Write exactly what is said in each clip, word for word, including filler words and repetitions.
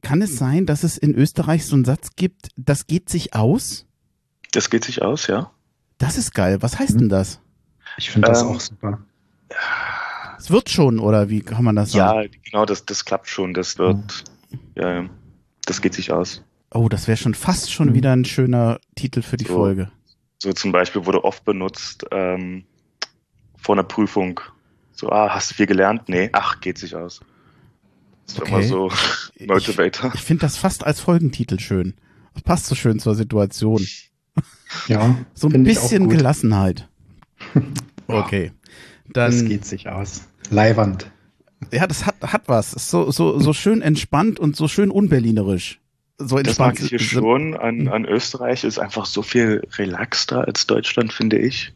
kann es sein, dass es in Österreich so einen Satz gibt, das geht sich aus? Das geht sich aus, ja. Das ist geil. Was heißt denn das? Ich finde das Ähm, auch super. Es wird schon, oder wie kann man das sagen? Ja, genau, das, das klappt schon. Das wird, ja, ja, das geht sich aus. Oh, das wäre schon fast schon wieder ein schöner Titel für die So. Folge. So zum Beispiel wurde oft benutzt ähm, vor einer Prüfung. So, ah, hast du viel gelernt? Nee, ach, geht sich aus. Das ist Okay. immer so Motivator. Ich, ich finde das fast als Folgentitel schön. Das passt so schön zur Situation. Ja, So ein finde ich auch bisschen gut. Gelassenheit. Okay. Dann, Das geht sich aus. Leiwand. ja, das hat, hat was. Ist so, so, so schön entspannt und so schön unberlinerisch. So Das mag entspannt. ich hier schon an, an Österreich. Ist einfach so viel relaxter als Deutschland, finde ich.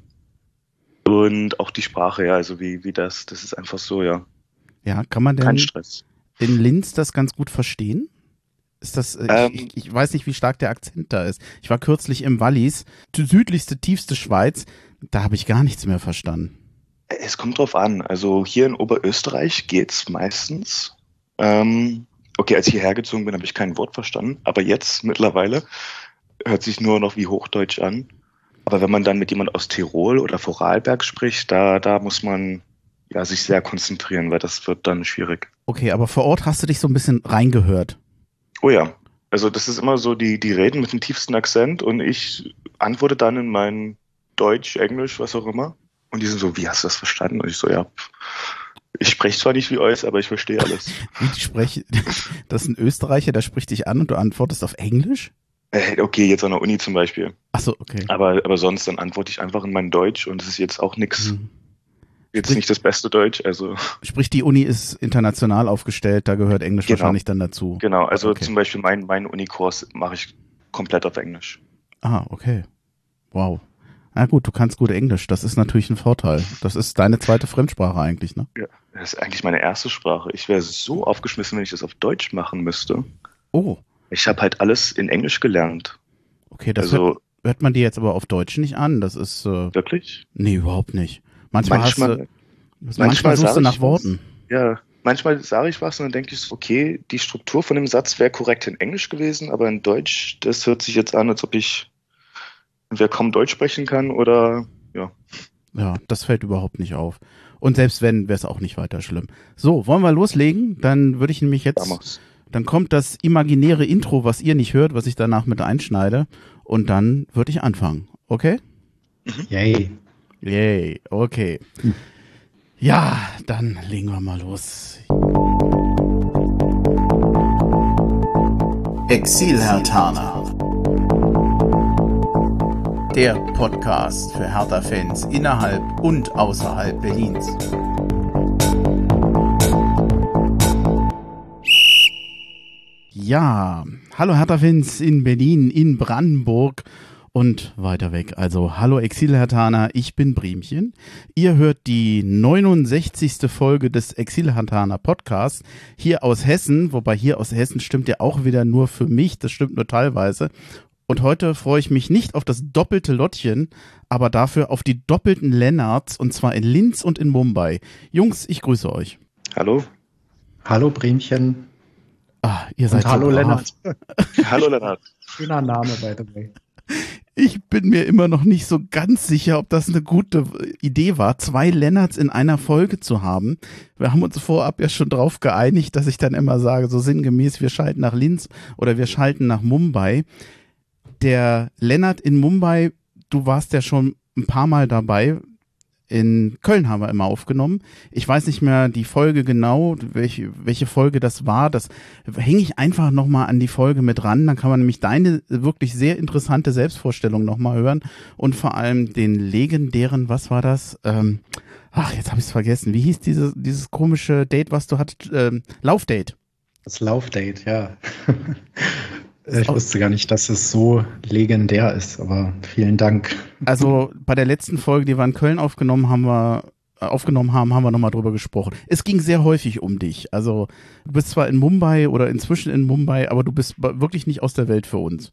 Und auch die Sprache, ja, also wie, wie das, das ist einfach so, ja, Ja, kann man kein denn Stress. in Linz das ganz gut verstehen? Ist das, äh, Ähm, ich, ich, ich weiß nicht, wie stark der Akzent da ist. Ich war kürzlich im Wallis, die südlichste, tiefste Schweiz. Da habe ich gar nichts mehr verstanden. Es kommt drauf an. Also hier in Oberösterreich geht's meistens. Ähm, okay, als ich hierher gezogen bin, habe ich kein Wort verstanden. Aber jetzt mittlerweile hört sich nur noch wie Hochdeutsch an. Aber wenn man dann mit jemand aus Tirol oder Vorarlberg spricht, da, da muss man ja sich sehr konzentrieren, weil das wird dann schwierig. Okay, aber vor Ort hast du dich so ein bisschen reingehört. Oh ja, also das ist immer so, die, die reden mit dem tiefsten Akzent und ich antworte dann in mein Deutsch, Englisch, was auch immer. Und die sind so, wie hast du das verstanden? Und ich so, ja, pff, ich spreche zwar nicht wie euch, aber ich verstehe alles. Wie die spreche, das ist ein Österreicher, der spricht dich an und du antwortest auf Englisch? Äh, okay, jetzt an der Uni zum Beispiel. Ach so, okay. Aber, aber sonst dann antworte ich einfach in mein Deutsch und es ist jetzt auch nix. Hm. Jetzt Sprich- nicht das beste Deutsch, also Sprich, die Uni ist international aufgestellt, da gehört Englisch Genau. wahrscheinlich dann dazu. genau, also Okay. zum Beispiel mein, mein Unikurs mache ich komplett auf Englisch. Ah, okay. Wow. Na gut, du kannst gut Englisch, das ist natürlich ein Vorteil. Das ist deine zweite Fremdsprache eigentlich, ne? Ja, das ist eigentlich meine erste Sprache. Ich wäre so aufgeschmissen, wenn ich das auf Deutsch machen müsste. Oh, Ich habe halt alles in Englisch gelernt. okay, das hört, Also hört man dir jetzt aber auf Deutsch nicht an. Das ist, äh, wirklich? nee, überhaupt nicht. Manchmal, Manchmal, hast du, manchmal, manchmal suchst du sag nach ich Worten. ja, manchmal sage ich was und dann denke ich, so, okay, die Struktur von dem Satz wäre korrekt in Englisch gewesen, aber in Deutsch, das hört sich jetzt an, als ob ich entweder kaum Deutsch sprechen kann oder ja. Ja, das fällt überhaupt nicht auf. Und selbst wenn, wäre es auch nicht weiter schlimm. So, wollen wir loslegen? Dann würde ich nämlich jetzt, Damals. dann kommt das imaginäre Intro, was ihr nicht hört, was ich danach mit einschneide. Und dann würde ich anfangen. Okay? Yay. Yay, okay. Ja, dann legen wir mal los. Exil-Hertaner. Der Podcast für Hertha-Fans innerhalb und außerhalb Berlins. Ja, hallo Hertha-Fans in Berlin, in Brandenburg und weiter weg. Also hallo Exil-Hertaner, ich bin Bremchen. Ihr hört die neunundsechzigste Folge des Exil-Hertaner Podcasts hier aus Hessen, wobei hier aus Hessen stimmt ja auch wieder nur für mich, das stimmt nur teilweise. Und heute freue ich mich nicht auf das doppelte Lottchen, aber dafür auf die doppelten Lennarts, und zwar in Linz und in Mumbai. Jungs, ich grüße euch. Hallo? Hallo Bremchen. Ah, ihr Und seid so hallo brav. Lennart. Hallo Lennart. Schöner Name, by the way. Ich bin mir immer noch nicht so ganz sicher, ob das eine gute Idee war, zwei Lennarts in einer Folge zu haben. Wir haben uns vorab ja schon drauf geeinigt, dass ich dann immer sage, so sinngemäß, wir schalten nach Linz oder wir schalten nach Mumbai. Der Lennart in Mumbai, du warst ja schon ein paar Mal dabei. In Köln haben wir immer aufgenommen. Ich weiß nicht mehr die Folge genau, welche, welche Folge das war. Das hänge ich einfach nochmal an die Folge mit ran. Dann kann man nämlich deine wirklich sehr interessante Selbstvorstellung nochmal hören. Und vor allem den legendären, was war das? Ähm, ach, jetzt habe ich es vergessen. Wie hieß diese, dieses komische Date, was du hattest? Ähm, Laufdate. Das Laufdate, ja. Ich wusste gar nicht, dass es so legendär ist, aber vielen Dank. Also bei der letzten Folge, die wir in Köln aufgenommen haben, wir, äh, aufgenommen haben, haben wir nochmal drüber gesprochen. Es ging sehr häufig um dich. Also du bist zwar in Mumbai oder inzwischen in Mumbai, aber du bist wirklich nicht aus der Welt für uns.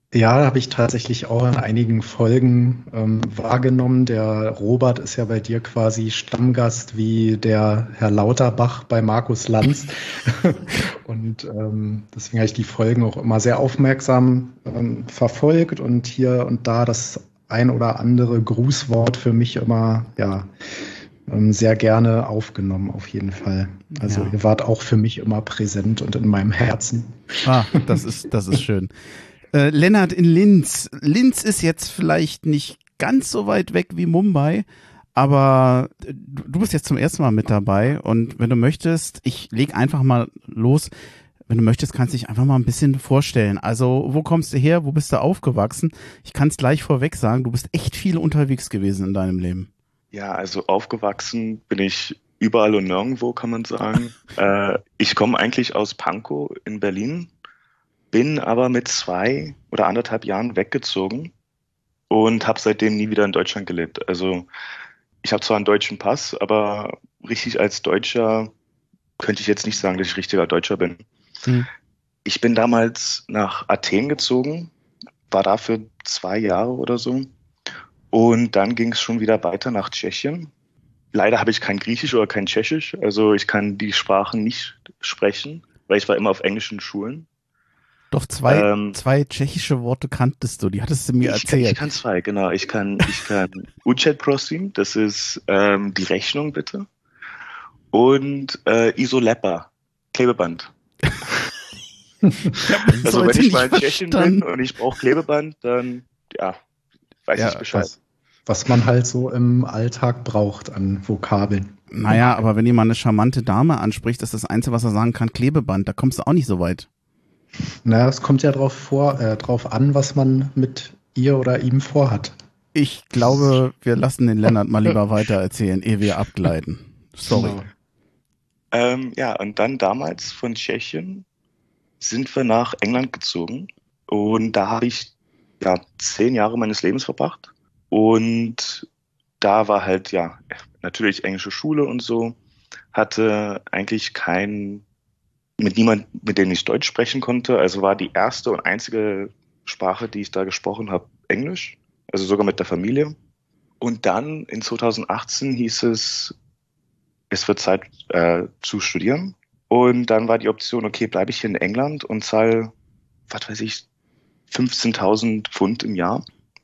Ja, habe ich tatsächlich auch in einigen Folgen ähm, wahrgenommen. Der Robert ist ja bei dir quasi Stammgast wie der Herr Lauterbach bei Markus Lanz. Und ähm, deswegen habe ich die Folgen auch immer sehr aufmerksam ähm, verfolgt und hier und da das ein oder andere Grußwort für mich immer ja ähm, sehr gerne aufgenommen, auf jeden Fall. Also Ja. ihr wart auch für mich immer präsent und in meinem Herzen. Ah, das ist, das ist schön. Äh, Lennart in Linz. Linz ist jetzt vielleicht nicht ganz so weit weg wie Mumbai, aber äh, du du bist jetzt zum ersten Mal mit dabei und wenn du möchtest, ich leg einfach mal los. Wenn du möchtest, kannst du dich einfach mal ein bisschen vorstellen. Also, wo kommst du her? Wo bist du aufgewachsen? Ich kann es gleich vorweg sagen, du bist echt viel unterwegs gewesen in deinem Leben. Ja, also aufgewachsen bin ich überall und nirgendwo, kann man sagen. Äh, ich komme eigentlich aus Pankow in Berlin, bin aber mit zwei oder anderthalb Jahren weggezogen und habe seitdem nie wieder in Deutschland gelebt. Also ich habe zwar einen deutschen Pass, aber richtig als Deutscher könnte ich jetzt nicht sagen, dass ich richtiger Deutscher bin. Hm. Ich bin damals nach Athen gezogen, war da für zwei Jahre oder so. Und dann ging es schon wieder weiter nach Tschechien. Leider habe ich kein Griechisch oder kein Tschechisch, also ich kann die Sprachen nicht sprechen, weil ich war immer auf englischen Schulen. Doch zwei, Ähm, zwei tschechische Worte kanntest du, die hattest du mir ich, kann, ich erzählt. kann zwei, genau. Ich kann, ich kann Účet prosím, das ist ähm, die Rechnung bitte. Und äh, Isolepa, Klebeband. Also wenn ich mal in Tschechien bin und ich brauche Klebeband, dann ja, weiß Ja, ich Bescheid. Was, was man halt so im Alltag braucht an Vokabeln. Naja, aber wenn jemand eine charmante Dame anspricht, ist das Einzige, was er sagen kann, Klebeband. Da kommst du auch nicht so weit. Naja, es kommt ja drauf vor, äh, drauf an, was man mit ihr oder ihm vorhat. Ich glaube, wir lassen den Lennart mal lieber weiter erzählen, ehe wir abgleiten. Sorry. Genau. Ähm, ja, und dann damals von Tschechien sind wir nach England gezogen und da habe ich ja zehn Jahre meines Lebens verbracht und da war halt ja natürlich englische Schule und so, hatte eigentlich kein, mit niemand, mit dem ich Deutsch sprechen konnte, also war die erste und einzige Sprache, die ich da gesprochen habe, Englisch, also sogar mit der Familie. Und dann in zwanzig achtzehn hieß es, es wird Zeit äh, zu studieren. Und dann war die Option, okay, bleibe ich hier in England und zahle, was weiß ich, fünfzehntausend Pfund im Jahr.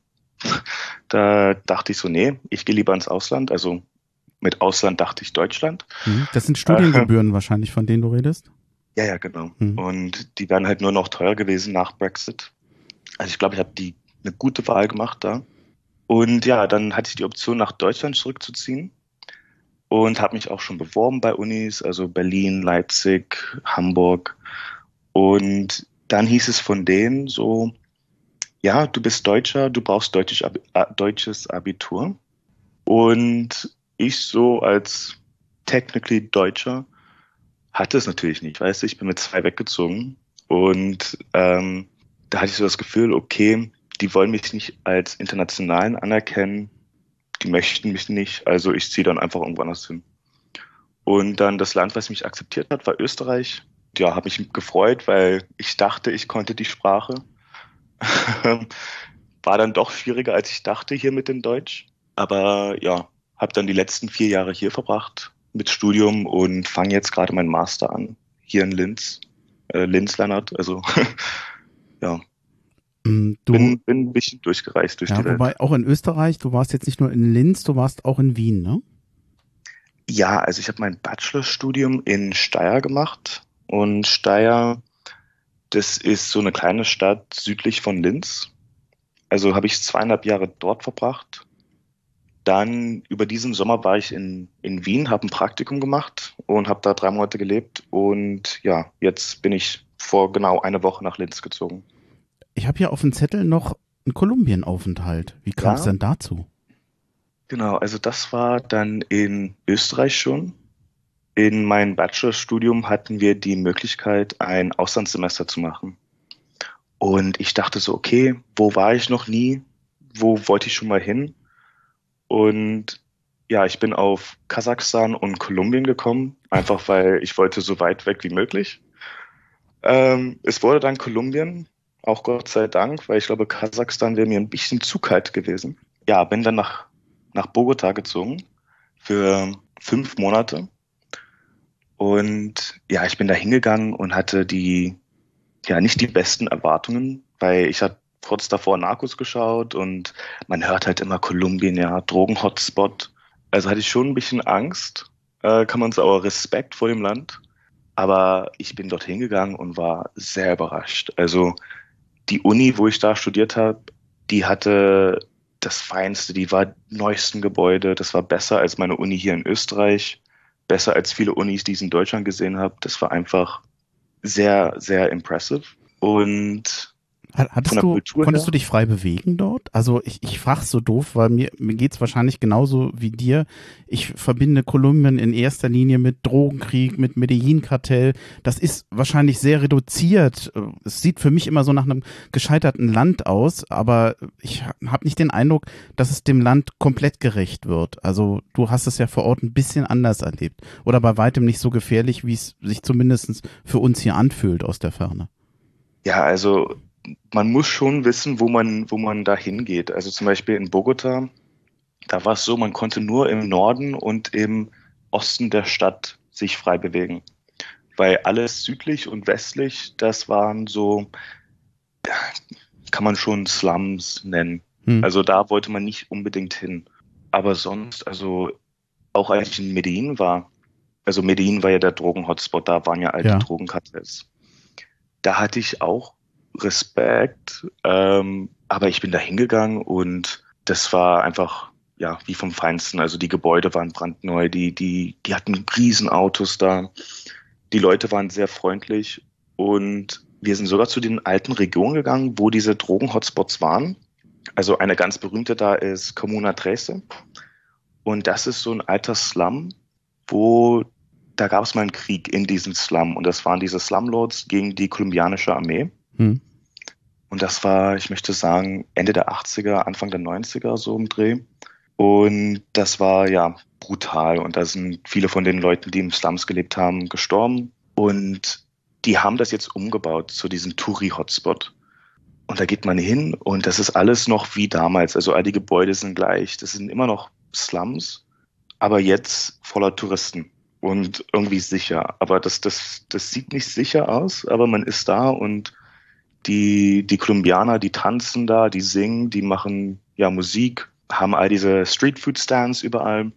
Da dachte ich so, nee, ich gehe lieber ins Ausland. Also mit Ausland dachte ich Deutschland. Mhm. Das sind Studiengebühren äh, wahrscheinlich, von denen du redest? Ja, ja, genau. Mhm. Und die wären halt nur noch teuer gewesen nach Brexit. Also ich glaube, ich habe die eine gute Wahl gemacht da. Und ja, dann hatte ich die Option, nach Deutschland zurückzuziehen. Und habe mich auch schon beworben bei Unis, also Berlin, Leipzig, Hamburg. Und dann hieß es von denen so, ja, du bist Deutscher, du brauchst deutsches, Abi- äh, deutsches Abitur. Und ich so als technically Deutscher hatte es natürlich nicht, weißt du, ich bin mit zwei weggezogen. Und ähm, da hatte ich so das Gefühl, okay, die wollen mich nicht als Internationalen anerkennen, die möchten mich nicht, also ich ziehe dann einfach irgendwo anders hin. Und dann das Land, was mich akzeptiert hat, war Österreich. Ja, habe mich gefreut, weil ich dachte, ich konnte die Sprache. War dann doch schwieriger, als ich dachte hier mit dem Deutsch. Aber ja, habe dann die letzten vier Jahre hier verbracht mit Studium und fange jetzt gerade meinen Master an, hier in Linz. Äh, Linz, Lennart, also ja. Du, bin, bin ein bisschen durchgereist durch ja, die Welt. Wobei auch in Österreich, du warst jetzt nicht nur in Linz, du warst auch in Wien, ne? Ja, also ich habe mein Bachelorstudium in Steyr gemacht und Steyr, das ist so eine kleine Stadt südlich von Linz. Also habe ich zweieinhalb Jahre dort verbracht. Dann über diesen Sommer war ich in, in Wien, habe ein Praktikum gemacht und habe da drei Monate gelebt und ja, jetzt bin ich vor genau einer Woche nach Linz gezogen. Ich habe hier auf dem Zettel noch einen Kolumbienoaufenthalt. Wie kam es Ja. denn dazu? Genau, also das war dann in Österreich schon. In meinem Bachelorstudium hatten wir die Möglichkeit, ein Auslandssemester zu machen. Und ich dachte so, okay, wo war ich noch nie? Wo wollte ich schon mal hin? Und ja, ich bin auf Kasachstan und Kolumbien gekommen, einfach weil ich wollte so weit weg wie möglich. Ähm, es wurde dann Kolumbien, auch Gott sei Dank, weil ich glaube, Kasachstan wäre mir ein bisschen zu kalt gewesen. Ja, bin dann nach, nach Bogota gezogen für fünf Monate. Und ja, ich bin da hingegangen und hatte die, ja, nicht die besten Erwartungen, weil ich hatte kurz davor Narcos geschaut und man hört halt immer Kolumbien, ja, Drogen-Hotspot. Also hatte ich schon ein bisschen Angst, äh, kann man sagen, aber Respekt vor dem Land. Aber ich bin dort hingegangen und war sehr überrascht. Also die Uni, wo ich da studiert habe, die hatte das Feinste, die war neuesten Gebäude, das war besser als meine Uni hier in Österreich, besser als viele Unis, die ich in Deutschland gesehen habe. Das war einfach sehr, sehr impressive. Und Hattest von der du, Kultur konntest her, du dich frei bewegen dort? Also ich, ich frage so doof, weil mir, mir geht's wahrscheinlich genauso wie dir. Ich verbinde Kolumbien in erster Linie mit Drogenkrieg, mit Medellin-Kartell. Das ist wahrscheinlich sehr reduziert. Es sieht für mich immer so nach einem gescheiterten Land aus, aber ich habe nicht den Eindruck, dass es dem Land komplett gerecht wird. Also du hast es ja vor Ort ein bisschen anders erlebt. Oder bei weitem nicht so gefährlich, wie es sich zumindest für uns hier anfühlt aus der Ferne. ja, also man muss schon wissen, wo man, wo man da hingeht. Also zum Beispiel in Bogota, da war es so, man konnte nur im Norden und im Osten der Stadt sich frei bewegen. Weil alles südlich und westlich, das waren so, kann man schon Slums nennen. Hm. Also da wollte man nicht unbedingt hin. Aber sonst, also auch als ich in Medellin war, also Medellin war ja der Drogen-Hotspot, da waren ja alte Ja. Drogenkartells. Da hatte ich auch Respekt, ähm, aber ich bin da hingegangen und das war einfach, ja, wie vom Feinsten. Also die Gebäude waren brandneu, die, die, die hatten Riesenautos da. Die Leute waren sehr freundlich und wir sind sogar zu den alten Regionen gegangen, wo diese Drogen-Hotspots waren. Also eine ganz berühmte da ist Comuna Trece und das ist so ein alter Slum, wo da gab es mal einen Krieg in diesem Slum und das waren diese Slumlords gegen die kolumbianische Armee. Hm. Und das war, ich möchte sagen, Ende der achtziger, Anfang der neunziger so im Dreh. Und das war ja brutal. Und da sind viele von den Leuten, die im Slums gelebt haben, gestorben. Und die haben das jetzt umgebaut zu diesem Touri-Hotspot. Und da geht man hin und das ist alles noch wie damals. Also all die Gebäude sind gleich. Das sind immer noch Slums, aber jetzt voller Touristen. Und irgendwie sicher. Aber das, das, das sieht nicht sicher aus, aber man ist da und die, die Kolumbianer, die tanzen da, die singen, die machen ja Musik, haben all diese Streetfood-Stands überall.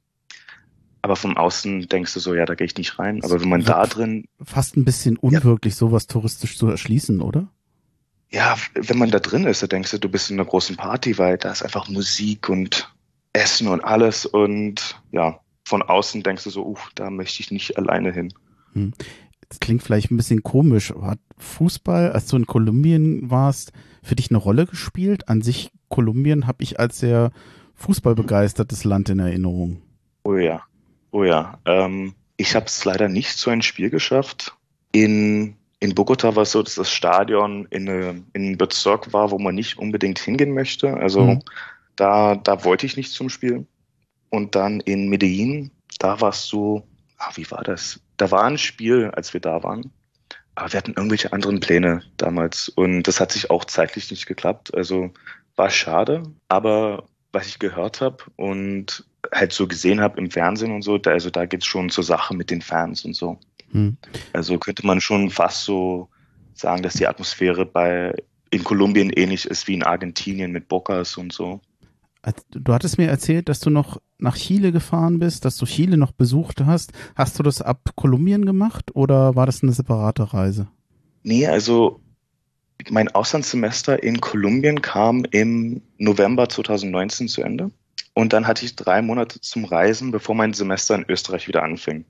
Aber von außen denkst du so, ja, da gehe ich nicht rein. Aber wenn man da drin... Fast ein bisschen unwirklich, ja, sowas touristisch zu erschließen, oder? Ja, wenn man da drin ist, da denkst du, du bist in einer großen Party, weil da ist einfach Musik und Essen und alles. Und ja, von außen denkst du so, uff, da möchte ich nicht alleine hin. Hm. Das klingt vielleicht ein bisschen komisch. Hat Fußball, als du in Kolumbien warst, für dich eine Rolle gespielt? An sich, Kolumbien habe ich als sehr fußballbegeistertes Land in Erinnerung. Oh ja, oh ja. Ähm, ich habe es leider nicht zu einem Spiel geschafft. In, in Bogota war es so, dass das Stadion in, eine, in einem Bezirk war, wo man nicht unbedingt hingehen möchte. Also mhm. da, da wollte ich nicht zum Spiel. Und dann in Medellin, da war es so, ah, wie war das? Da war ein Spiel, als wir da waren, aber wir hatten irgendwelche anderen Pläne damals und das hat sich auch zeitlich nicht geklappt. Also war schade, aber was ich gehört habe und halt so gesehen habe im Fernsehen und so, da, also da geht's schon zur Sache mit den Fans und so. Hm. Also könnte man schon fast so sagen, dass die Atmosphäre bei in Kolumbien ähnlich ist wie in Argentinien mit Bocas und so. Du hattest mir erzählt, dass du noch nach Chile gefahren bist, dass du Chile noch besucht hast. Hast du das ab Kolumbien gemacht oder war das eine separate Reise? Nee, also mein Auslandssemester in Kolumbien kam im November zwanzig neunzehn zu Ende. Und dann hatte ich drei Monate zum Reisen, bevor mein Semester in Österreich wieder anfing.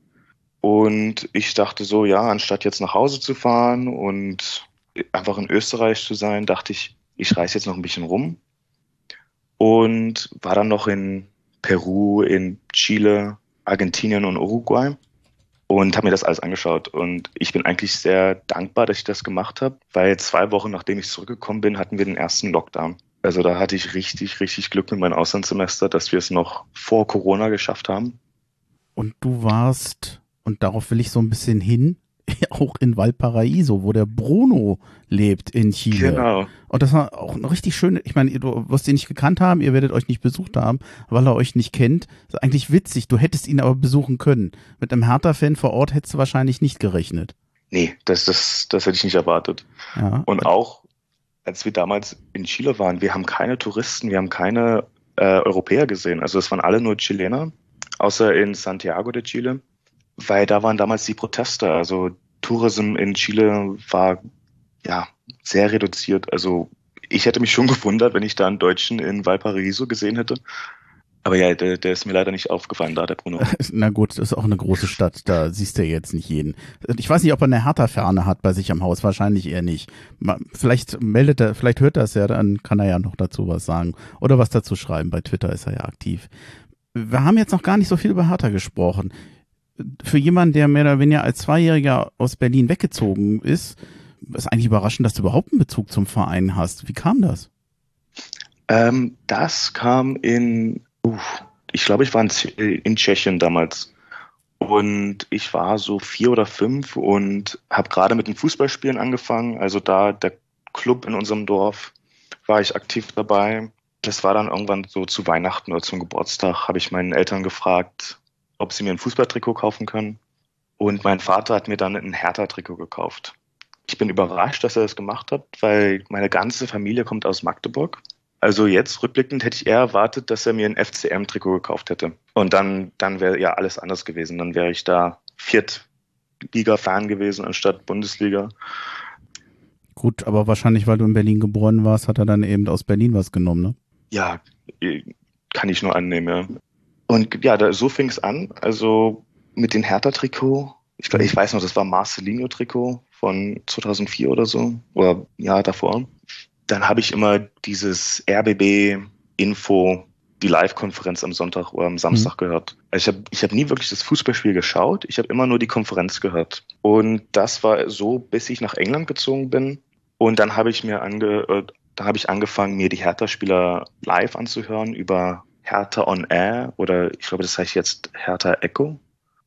Und ich dachte so, ja, anstatt jetzt nach Hause zu fahren und einfach in Österreich zu sein, dachte ich, ich reise jetzt noch ein bisschen rum. Und war dann noch in Peru, in Chile, Argentinien und Uruguay und habe mir das alles angeschaut. Und ich bin eigentlich sehr dankbar, dass ich das gemacht habe, weil zwei Wochen nachdem ich zurückgekommen bin, hatten wir den ersten Lockdown. Also da hatte ich richtig, richtig Glück mit meinem Auslandssemester, dass wir es noch vor Corona geschafft haben. Und du warst, und darauf will ich so ein bisschen hin, auch in Valparaiso, wo der Bruno lebt in Chile. Genau. Und das war auch eine richtig schöne, ich meine, du wirst ihn nicht gekannt haben, ihr werdet euch nicht besucht haben, weil er euch nicht kennt. Das ist eigentlich witzig, du hättest ihn aber besuchen können. Mit einem Hertha-Fan vor Ort hättest du wahrscheinlich nicht gerechnet. Nee, das, das, das hätte ich nicht erwartet. Ja. Und auch, als wir damals in Chile waren, wir haben keine Touristen, wir haben keine äh, Europäer gesehen. Also es waren alle nur Chilener, außer in Santiago de Chile, weil da waren damals die Proteste. Also Tourism in Chile war ja sehr reduziert. Also ich hätte mich schon gewundert, wenn ich da einen Deutschen in Valparaiso gesehen hätte. Aber ja, der, der ist mir leider nicht aufgefallen da, der Bruno. Na gut, das ist auch eine große Stadt, da siehst du jetzt nicht jeden. Ich weiß nicht, ob er eine Hertha-Ferne hat bei sich am Haus, wahrscheinlich eher nicht. Vielleicht meldet er, vielleicht hört er es ja, dann kann er ja noch dazu was sagen. Oder was dazu schreiben, bei Twitter ist er ja aktiv. Wir haben jetzt noch gar nicht so viel über Hertha gesprochen. Für jemanden, der mehr oder weniger als Zweijähriger aus Berlin weggezogen ist, ist eigentlich überraschend, dass du überhaupt einen Bezug zum Verein hast. Wie kam das? Ähm, das kam in, uff, ich glaube, ich war in, in Tschechien damals. Und ich war so vier oder fünf und habe gerade mit den Fußballspielen angefangen. Also da der Club in unserem Dorf war ich aktiv dabei. Das war dann irgendwann so zu Weihnachten oder zum Geburtstag, habe ich meinen Eltern gefragt, ob sie mir ein Fußballtrikot kaufen können. Und mein Vater hat mir dann ein Hertha-Trikot gekauft. Ich bin überrascht, dass er das gemacht hat, weil meine ganze Familie kommt aus Magdeburg. Also jetzt rückblickend hätte ich eher erwartet, dass er mir ein F C M-Trikot gekauft hätte. Und dann, dann wäre ja alles anders gewesen. Dann wäre ich da Viertliga-Fan gewesen anstatt Bundesliga. Gut, aber wahrscheinlich, weil du in Berlin geboren warst, hat er dann eben aus Berlin was genommen, ne? Ja, kann ich nur annehmen, ja. Und ja, da, so fing es an. Also mit dem Hertha-Trikot. Ich, ich weiß noch, das war Marcelinho-Trikot von zweitausendvier oder so. Oder ja, davor. Dann habe ich immer dieses R B B-Info, die Live-Konferenz am Sonntag oder am Samstag mhm. gehört. Also ich habe ich hab nie wirklich das Fußballspiel geschaut. Ich habe immer nur die Konferenz gehört. Und das war so, bis ich nach England gezogen bin. Und dann habe ich mir ange, äh, da habe ich angefangen, mir die Hertha-Spieler live anzuhören über Hertha on Air oder ich glaube, das heißt jetzt Hertha Echo.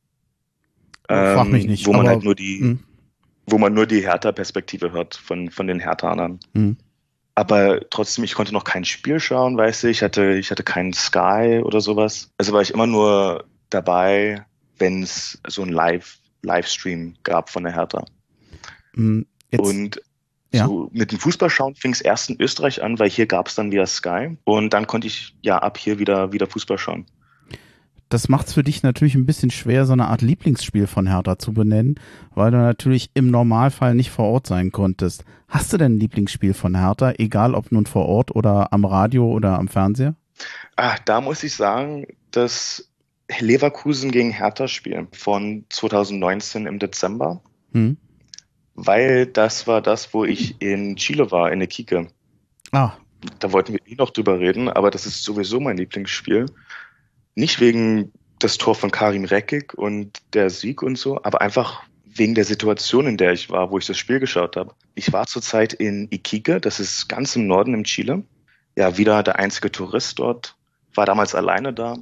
Ähm, Frag mich nicht. Wo man aber, halt nur die, mh. wo man nur die Hertha-Perspektive hört von, von den Herthanern. Mhm. Aber trotzdem, ich konnte noch kein Spiel schauen, weißt du, ich hatte, ich hatte keinen Sky oder sowas. Also war ich immer nur dabei, wenn es so einen Live, Livestream gab von der Hertha. Mhm. Jetzt. Und Ja. So, mit dem Fußballschauen fing es erst in Österreich an, weil hier gab es dann wieder Sky und dann konnte ich ja ab hier wieder, wieder Fußball schauen. Das macht es für dich natürlich ein bisschen schwer, so eine Art Lieblingsspiel von Hertha zu benennen, weil du natürlich im Normalfall nicht vor Ort sein konntest. Hast du denn ein Lieblingsspiel von Hertha, egal ob nun vor Ort oder am Radio oder am Fernseher? Ah, da muss ich sagen, das Leverkusen gegen Hertha-Spiel von zweitausendneunzehn im Dezember. Hm. Weil das war das, wo ich in Chile war, in Iquique. Ah. Da wollten wir eh noch drüber reden, aber das ist sowieso mein Lieblingsspiel. Nicht wegen des Tor von Karim Rekik und der Sieg und so, aber einfach wegen der Situation, in der ich war, wo ich das Spiel geschaut habe. Ich war zurzeit in Iquique, das ist ganz im Norden im Chile. Ja, wieder der einzige Tourist dort, war damals alleine da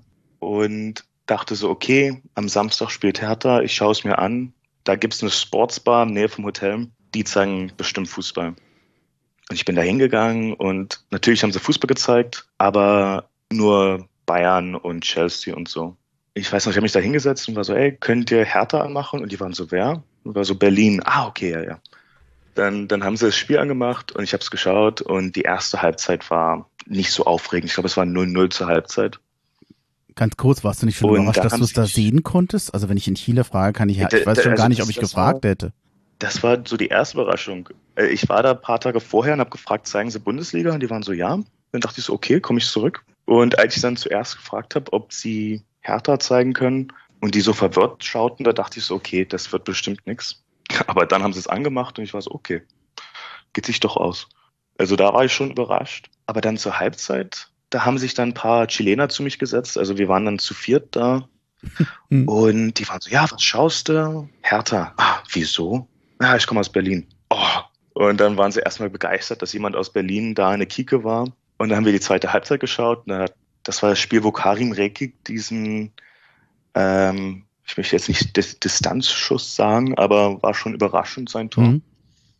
und dachte so, okay, am Samstag spielt Hertha, ich schaue es mir an. Da gibt es eine Sportsbar in der Nähe vom Hotel, die zeigen bestimmt Fußball. Und ich bin da hingegangen und natürlich haben sie Fußball gezeigt, aber nur Bayern und Chelsea und so. Ich weiß noch, ich habe mich da hingesetzt und war so, ey, könnt ihr Hertha anmachen? Und die waren so, wer? Und war so, Berlin. Ah, okay, ja, ja. Dann, dann haben sie das Spiel angemacht und ich habe es geschaut und die erste Halbzeit war nicht so aufregend. Ich glaube, es war null null zur Halbzeit. Ganz kurz, warst du nicht schon und überrascht, da dass du es da sehen konntest? Also wenn ich in Chile frage, kann ich, ja, ich weiß schon also gar nicht, ob ich gefragt war, hätte. Das war so die erste Überraschung. Ich war da ein paar Tage vorher und habe gefragt, zeigen sie Bundesliga? Und die waren so, ja. Dann dachte ich so, okay, komme ich zurück. Und als ich dann zuerst gefragt habe, ob sie Hertha zeigen können und die so verwirrt schauten, da dachte ich so, okay, das wird bestimmt nichts. Aber dann haben sie es angemacht und ich war so, okay, geht sich doch aus. Also da war ich schon überrascht. Aber dann zur Halbzeit, da haben sich dann ein paar Chilener zu mich gesetzt. Also wir waren dann zu viert da. Mhm. Und die waren so, ja, was schaust du? Hertha. Ah, wieso? Ja, ich komme aus Berlin. Oh. Und dann waren sie erstmal begeistert, dass jemand aus Berlin da in Iquique war. Und dann haben wir die zweite Halbzeit geschaut. Das war das Spiel, wo Karim Rekik diesen, ähm, ich möchte jetzt nicht Dis- Distanzschuss sagen, aber war schon überraschend sein Tor. Mhm.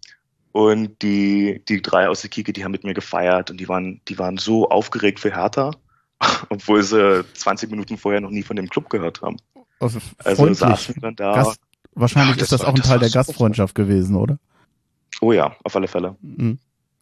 Und die, die drei aus der Kike, die haben mit mir gefeiert und die waren, die waren so aufgeregt für Hertha, obwohl sie zwanzig Minuten vorher noch nie von dem Club gehört haben. Also Also freundlich. saßen wir dann da. Gast, wahrscheinlich Ja, ist das das war- auch ein das Teil war der super. Gastfreundschaft gewesen, oder? Oh ja, auf alle Fälle. Mhm.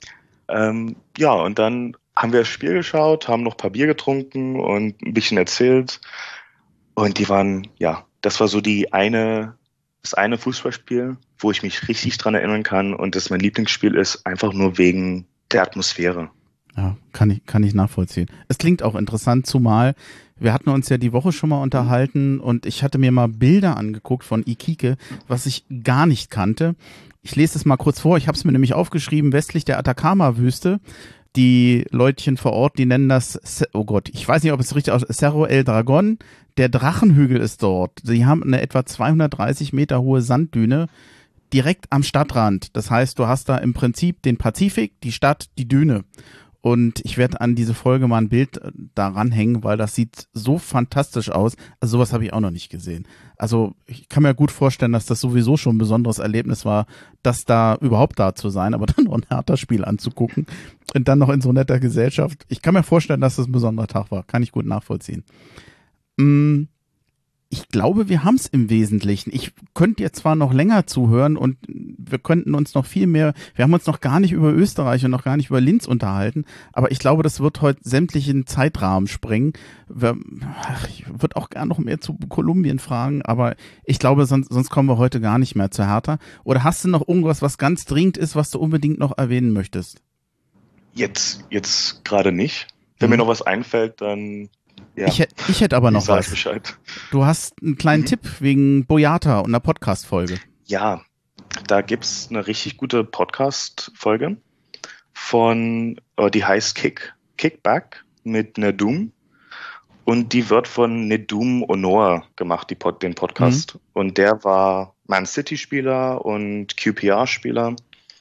Ähm, ja, und dann haben wir das Spiel geschaut, haben noch ein paar Bier getrunken und ein bisschen erzählt. Und die waren, ja, das war so die eine, das eine Fußballspiel, wo ich mich richtig dran erinnern kann und das mein Lieblingsspiel ist, einfach nur wegen der Atmosphäre. Ja, kann ich, kann ich nachvollziehen. Es klingt auch interessant, zumal wir hatten uns ja die Woche schon mal unterhalten und ich hatte mir mal Bilder angeguckt von Iquique, was ich gar nicht kannte. Ich lese es mal kurz vor, ich habe es mir nämlich aufgeschrieben, westlich der Atacama-Wüste. Die Leutchen vor Ort, die nennen das, oh Gott, ich weiß nicht, ob es richtig aussieht, Cerro El Dragon. Der Drachenhügel ist dort. Sie haben eine etwa zweihundertdreißig Meter hohe Sanddüne direkt am Stadtrand. Das heißt, du hast da im Prinzip den Pazifik, die Stadt, die Düne. Und ich werde an diese Folge mal ein Bild da ranhängen, weil das sieht so fantastisch aus. Also sowas habe ich auch noch nicht gesehen. Also ich kann mir gut vorstellen, dass das sowieso schon ein besonderes Erlebnis war, das da überhaupt da zu sein, aber dann noch ein Hertha-Spiel anzugucken und dann noch in so netter Gesellschaft. Ich kann mir vorstellen, dass das ein besonderer Tag war. Kann ich gut nachvollziehen. Mm. Ich glaube, wir haben es im Wesentlichen. Ich könnte jetzt zwar noch länger zuhören und wir könnten uns noch viel mehr, wir haben uns noch gar nicht über Österreich und noch gar nicht über Linz unterhalten, aber ich glaube, das wird heute sämtlichen Zeitrahmen sprengen. Wir, ach, ich würde auch gerne noch mehr zu Kolumbien fragen, aber ich glaube, sonst, sonst kommen wir heute gar nicht mehr zu Hertha. Oder hast du noch irgendwas, was ganz dringend ist, was du unbedingt noch erwähnen möchtest? Jetzt, jetzt gerade nicht. Wenn Mhm. mir noch was einfällt, dann ja, Ich, hätt- ich hätte aber ich noch sag was. Bescheid. Du hast einen kleinen Mhm. Tipp wegen Boyata und einer Podcast-Folge. Ja, da gibt's eine richtig gute Podcast-Folge von, äh, die heißt Kick, Kickback mit Nedum. Und die wird von Nedum Honor gemacht, die Pod, den Podcast. Und der war Man City-Spieler und Q P R-Spieler.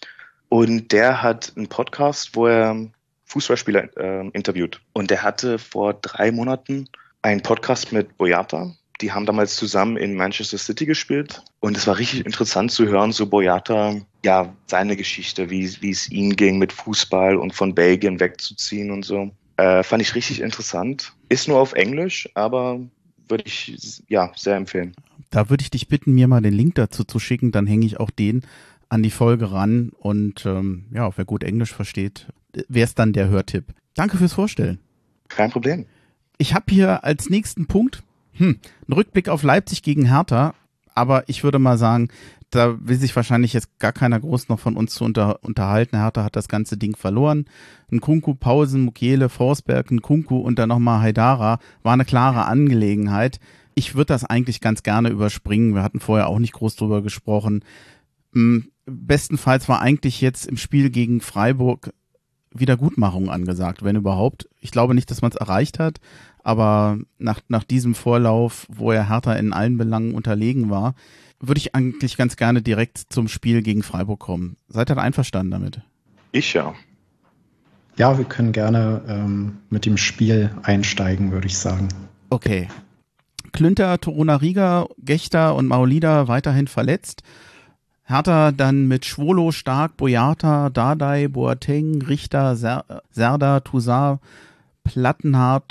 Und der hat einen Podcast, wo er Fußballspieler äh, interviewt. Und der hatte vor drei Monaten einen Podcast mit Boyata. Die haben damals zusammen in Manchester City gespielt. Und es war richtig interessant zu hören, so Boyata, ja, seine Geschichte, wie, wie es ihm ging mit Fußball und von Belgien wegzuziehen und so. Äh, fand ich richtig interessant. Ist nur auf Englisch, aber würde ich, ja, sehr empfehlen. Da würde ich dich bitten, mir mal den Link dazu zu schicken, dann hänge ich auch den an die Folge ran und ähm, ja, wer gut Englisch versteht, wäre es dann der Hörtipp. Danke fürs Vorstellen. Kein Problem. Ich habe hier als nächsten Punkt hm, einen Rückblick auf Leipzig gegen Hertha, aber ich würde mal sagen, da will sich wahrscheinlich jetzt gar keiner groß noch von uns zu unter, unterhalten. Hertha hat das ganze Ding verloren. Nkunku, Pausen, Mukiele, Forsberg, Nkunku und dann nochmal Haidara war eine klare Angelegenheit. Ich würde das eigentlich ganz gerne überspringen. Wir hatten vorher auch nicht groß drüber gesprochen. Hm, bestenfalls war eigentlich jetzt im Spiel gegen Freiburg Wiedergutmachung angesagt, wenn überhaupt. Ich glaube nicht, dass man es erreicht hat, aber nach, nach diesem Vorlauf, wo er Hertha in allen Belangen unterlegen war, würde ich eigentlich ganz gerne direkt zum Spiel gegen Freiburg kommen. Seid ihr einverstanden damit? Ich ja. Ja, wir können gerne ähm, mit dem Spiel einsteigen, würde ich sagen. Okay. Klünter, Torunariga, Gechter und Maolida weiterhin verletzt. Hertha dann mit Schwolo, Stark, Boyata, Dardai, Boateng, Richter, Ser- Serdar, Toussaint, Plattenhardt,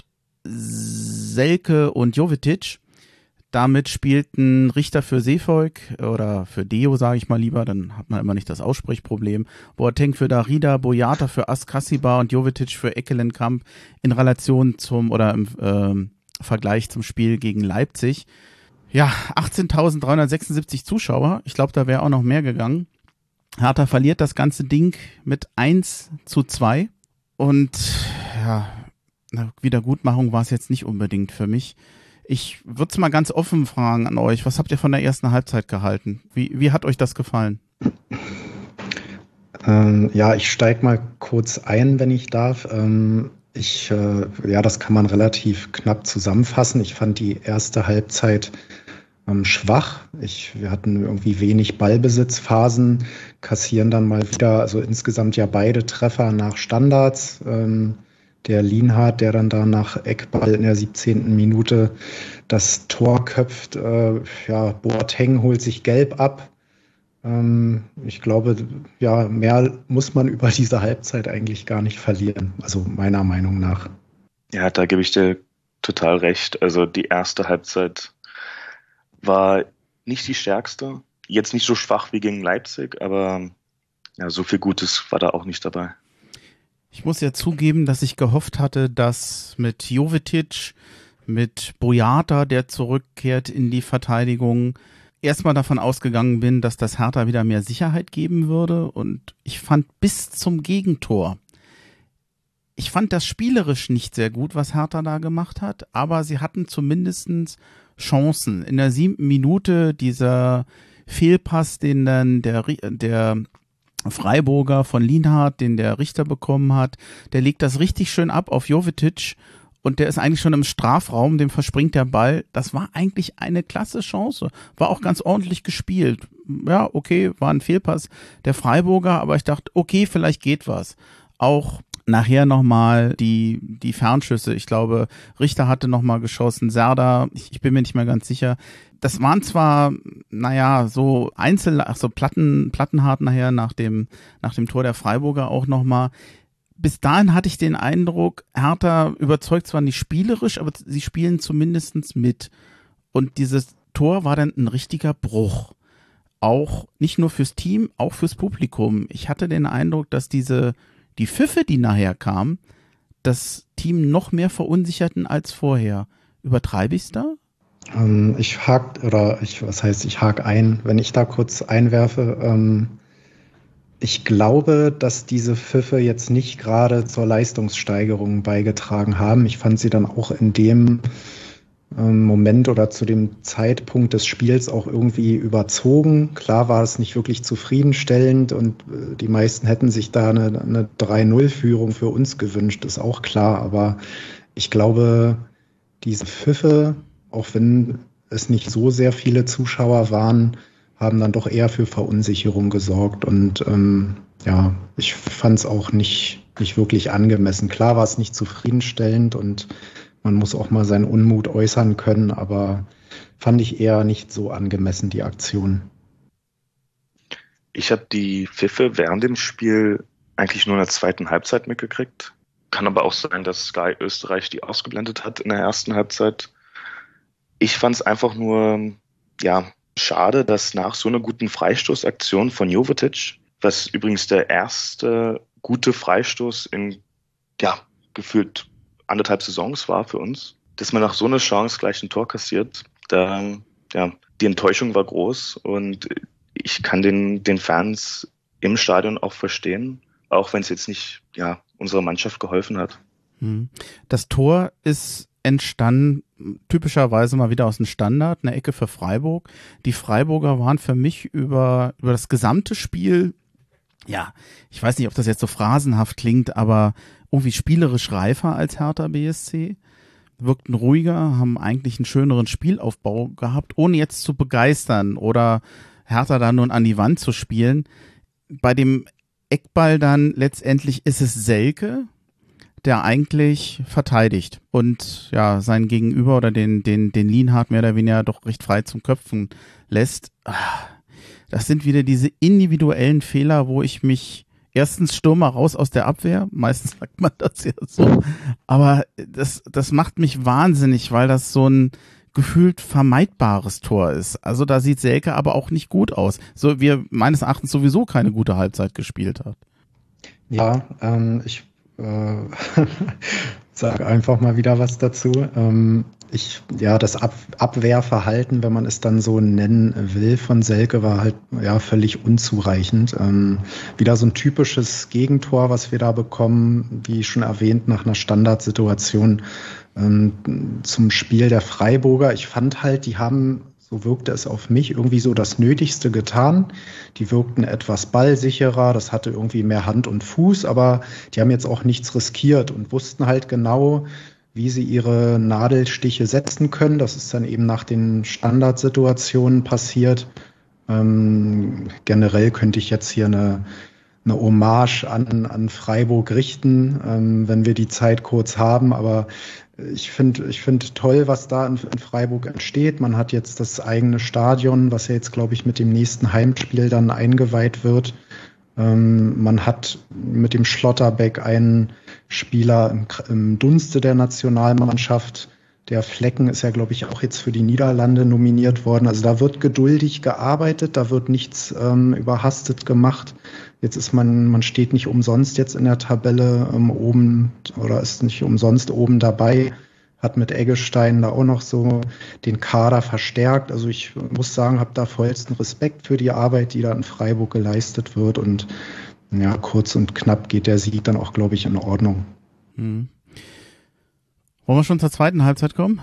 Selke und Jovetic. Damit spielten Richter für Seevolk oder für Deo, sage ich mal lieber, dann hat man immer nicht das Aussprechproblem. Boateng für Darida, Boyata für Askasiba und Jovetic für Ekkelenkamp in Relation zum oder im ähm, Vergleich zum Spiel gegen Leipzig. Ja, achtzehntausenddreihundertsechsundsiebzig Zuschauer. Ich glaube, da wäre auch noch mehr gegangen. Hertha verliert das ganze Ding mit eins zu zwei. Und ja, eine Wiedergutmachung war es jetzt nicht unbedingt für mich. Ich würde es mal ganz offen fragen an euch. Was habt ihr von der ersten Halbzeit gehalten? Wie, wie hat euch das gefallen? Ähm, ja, ich steige mal kurz ein, wenn ich darf. Ähm, ich, äh, ja, das kann man relativ knapp zusammenfassen. Ich fand die erste Halbzeit ähm, schwach. Ich, wir hatten irgendwie wenig Ballbesitzphasen, kassieren dann mal wieder, also insgesamt ja beide Treffer nach Standards. Ähm, der Lienhardt, der dann da nach Eckball in der siebzehnten Minute das Tor köpft. Äh, ja, Boateng holt sich gelb ab. Ähm, ich glaube, ja, mehr muss man über diese Halbzeit eigentlich gar nicht verlieren. Also meiner Meinung nach. Ja, da gebe ich dir total recht. Also die erste Halbzeit war nicht die stärkste. Jetzt nicht so schwach wie gegen Leipzig, aber ja, so viel Gutes war da auch nicht dabei. Ich muss ja zugeben, dass ich gehofft hatte, dass mit Jovetic, mit Boyata, der zurückkehrt in die Verteidigung, erstmal davon ausgegangen bin, dass das Hertha wieder mehr Sicherheit geben würde. Und ich fand bis zum Gegentor, ich fand das spielerisch nicht sehr gut, was Hertha da gemacht hat, aber sie hatten zumindest Chancen. In der siebten Minute dieser Fehlpass, den dann der, der Freiburger von Lienhardt, den der Richter bekommen hat, der legt das richtig schön ab auf Jovetic und der ist eigentlich schon im Strafraum, dem verspringt der Ball. Das war eigentlich eine klasse Chance, war auch ganz ordentlich gespielt. Ja, okay, war ein Fehlpass der Freiburger, aber ich dachte, okay, vielleicht geht was. Auch nachher nochmal die, die Fernschüsse. Ich glaube, Richter hatte nochmal geschossen, Serdar, ich, ich bin mir nicht mehr ganz sicher. Das waren zwar, naja, so Einzel, ach so Platten, Plattenhart nachher nach dem, nach dem Tor der Freiburger auch nochmal. Bis dahin hatte ich den Eindruck, Hertha überzeugt zwar nicht spielerisch, aber sie spielen zumindest mit. Und dieses Tor war dann ein richtiger Bruch. Auch nicht nur fürs Team, auch fürs Publikum. Ich hatte den Eindruck, dass diese Die Pfiffe, die nachher kamen, das Team noch mehr verunsicherten als vorher. Übertreibe ich es da? Ähm, ich hake, oder ich, was heißt, ich hake ein, wenn ich da kurz einwerfe. Ähm, ich glaube, dass diese Pfiffe jetzt nicht gerade zur Leistungssteigerung beigetragen haben. Ich fand sie dann auch in dem Moment oder zu dem Zeitpunkt des Spiels auch irgendwie überzogen. Klar war es nicht wirklich zufriedenstellend und die meisten hätten sich da eine, eine drei null Führung für uns gewünscht, ist auch klar. Aber ich glaube, diese Pfiffe, auch wenn es nicht so sehr viele Zuschauer waren, haben dann doch eher für Verunsicherung gesorgt. Und ähm, ja, ich fand es auch nicht, nicht wirklich angemessen. Klar war es nicht zufriedenstellend und man muss auch mal seinen Unmut äußern können, aber fand ich eher nicht so angemessen, die Aktion. Ich habe die Pfiffe während dem Spiel eigentlich nur in der zweiten Halbzeit mitgekriegt. Kann aber auch sein, dass Sky Österreich die ausgeblendet hat in der ersten Halbzeit. Ich fand es einfach nur ja schade, dass nach so einer guten Freistoßaktion von Jovetic, was übrigens der erste gute Freistoß in ja gefühlt anderthalb Saisons war für uns, dass man nach so einer Chance gleich ein Tor kassiert, da, ja, die Enttäuschung war groß und ich kann den, den Fans im Stadion auch verstehen, auch wenn es jetzt nicht, ja, unserer Mannschaft geholfen hat. Das Tor ist entstanden, typischerweise mal wieder aus dem Standard, eine Ecke für Freiburg. Die Freiburger waren für mich über, über das gesamte Spiel, ja, ich weiß nicht, ob das jetzt so phrasenhaft klingt, aber irgendwie spielerisch reifer als Hertha B S C, wirkten ruhiger, haben eigentlich einen schöneren Spielaufbau gehabt, ohne jetzt zu begeistern oder Hertha da nun an die Wand zu spielen. Bei dem Eckball dann letztendlich ist es Selke, der eigentlich verteidigt und ja seinen Gegenüber oder den, den, den Lienhardt mehr oder weniger doch recht frei zum Köpfen lässt. Das sind wieder diese individuellen Fehler, wo ich mich erstens Stürmer raus aus der Abwehr, meistens sagt man das ja so, aber das, das macht mich wahnsinnig, weil das so ein gefühlt vermeidbares Tor ist. Also da sieht Selke aber auch nicht gut aus, so wie er meines Erachtens sowieso keine gute Halbzeit gespielt hat. Ja, ähm, ich äh, sage einfach mal wieder was dazu. Ähm, ich, ja, das Ab Abwehrverhalten, wenn man es dann so nennen will, von Selke war halt ja völlig unzureichend. Ähm, wieder so ein typisches Gegentor, was wir da bekommen, wie schon erwähnt, nach einer Standardsituation ähm, zum Spiel der Freiburger. Ich fand halt, die haben, so wirkte es auf mich, irgendwie so das Nötigste getan. Die wirkten etwas ballsicherer, das hatte irgendwie mehr Hand und Fuß, aber die haben jetzt auch nichts riskiert und wussten halt genau, wie sie ihre Nadelstiche setzen können. Das ist dann eben nach den Standardsituationen passiert. Ähm, generell könnte ich jetzt hier eine eine Hommage an, an Freiburg richten, ähm, wenn wir die Zeit kurz haben. Aber ich finde ich finde toll, was da in, in Freiburg entsteht. Man hat jetzt das eigene Stadion, was ja jetzt, glaube ich, mit dem nächsten Heimspiel dann eingeweiht wird. Ähm, man hat mit dem Schlotterbeck einen Spieler im, im Dunste der Nationalmannschaft. Der Flecken ist ja, glaube ich, auch jetzt für die Niederlande nominiert worden. Also da wird geduldig gearbeitet, da wird nichts ähm, überhastet gemacht. Jetzt ist man, man steht nicht umsonst jetzt in der Tabelle ähm, oben oder ist nicht umsonst oben dabei, hat mit Eggestein da auch noch so den Kader verstärkt. Also ich muss sagen, habe da vollsten Respekt für die Arbeit, die da in Freiburg geleistet wird. Und ja, kurz und knapp geht der Sieg dann auch, glaube ich, in Ordnung. Mhm. Wollen wir schon zur zweiten Halbzeit kommen?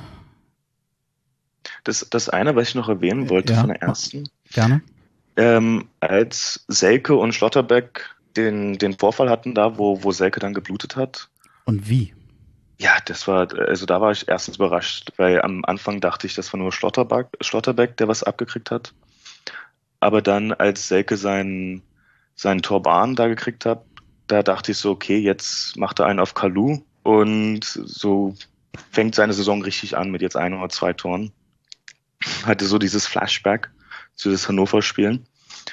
Das, das eine, was ich noch erwähnen wollte ja, von der ersten. Gerne. Ähm, als Selke und Schlotterbeck den, den Vorfall hatten da, wo, wo Selke dann geblutet hat. Und wie? Ja, das war, also da war ich erstens überrascht, weil am Anfang dachte ich, das war nur Schlotterbeck, Schlotterbeck, der was abgekriegt hat. Aber dann, als Selke seinen, seinen Turban da gekriegt hat, da dachte ich so, okay, jetzt macht er einen auf Kalou und so fängt seine Saison richtig an mit jetzt ein oder zwei Toren. Hatte so dieses Flashback zu das Hannover-Spielen.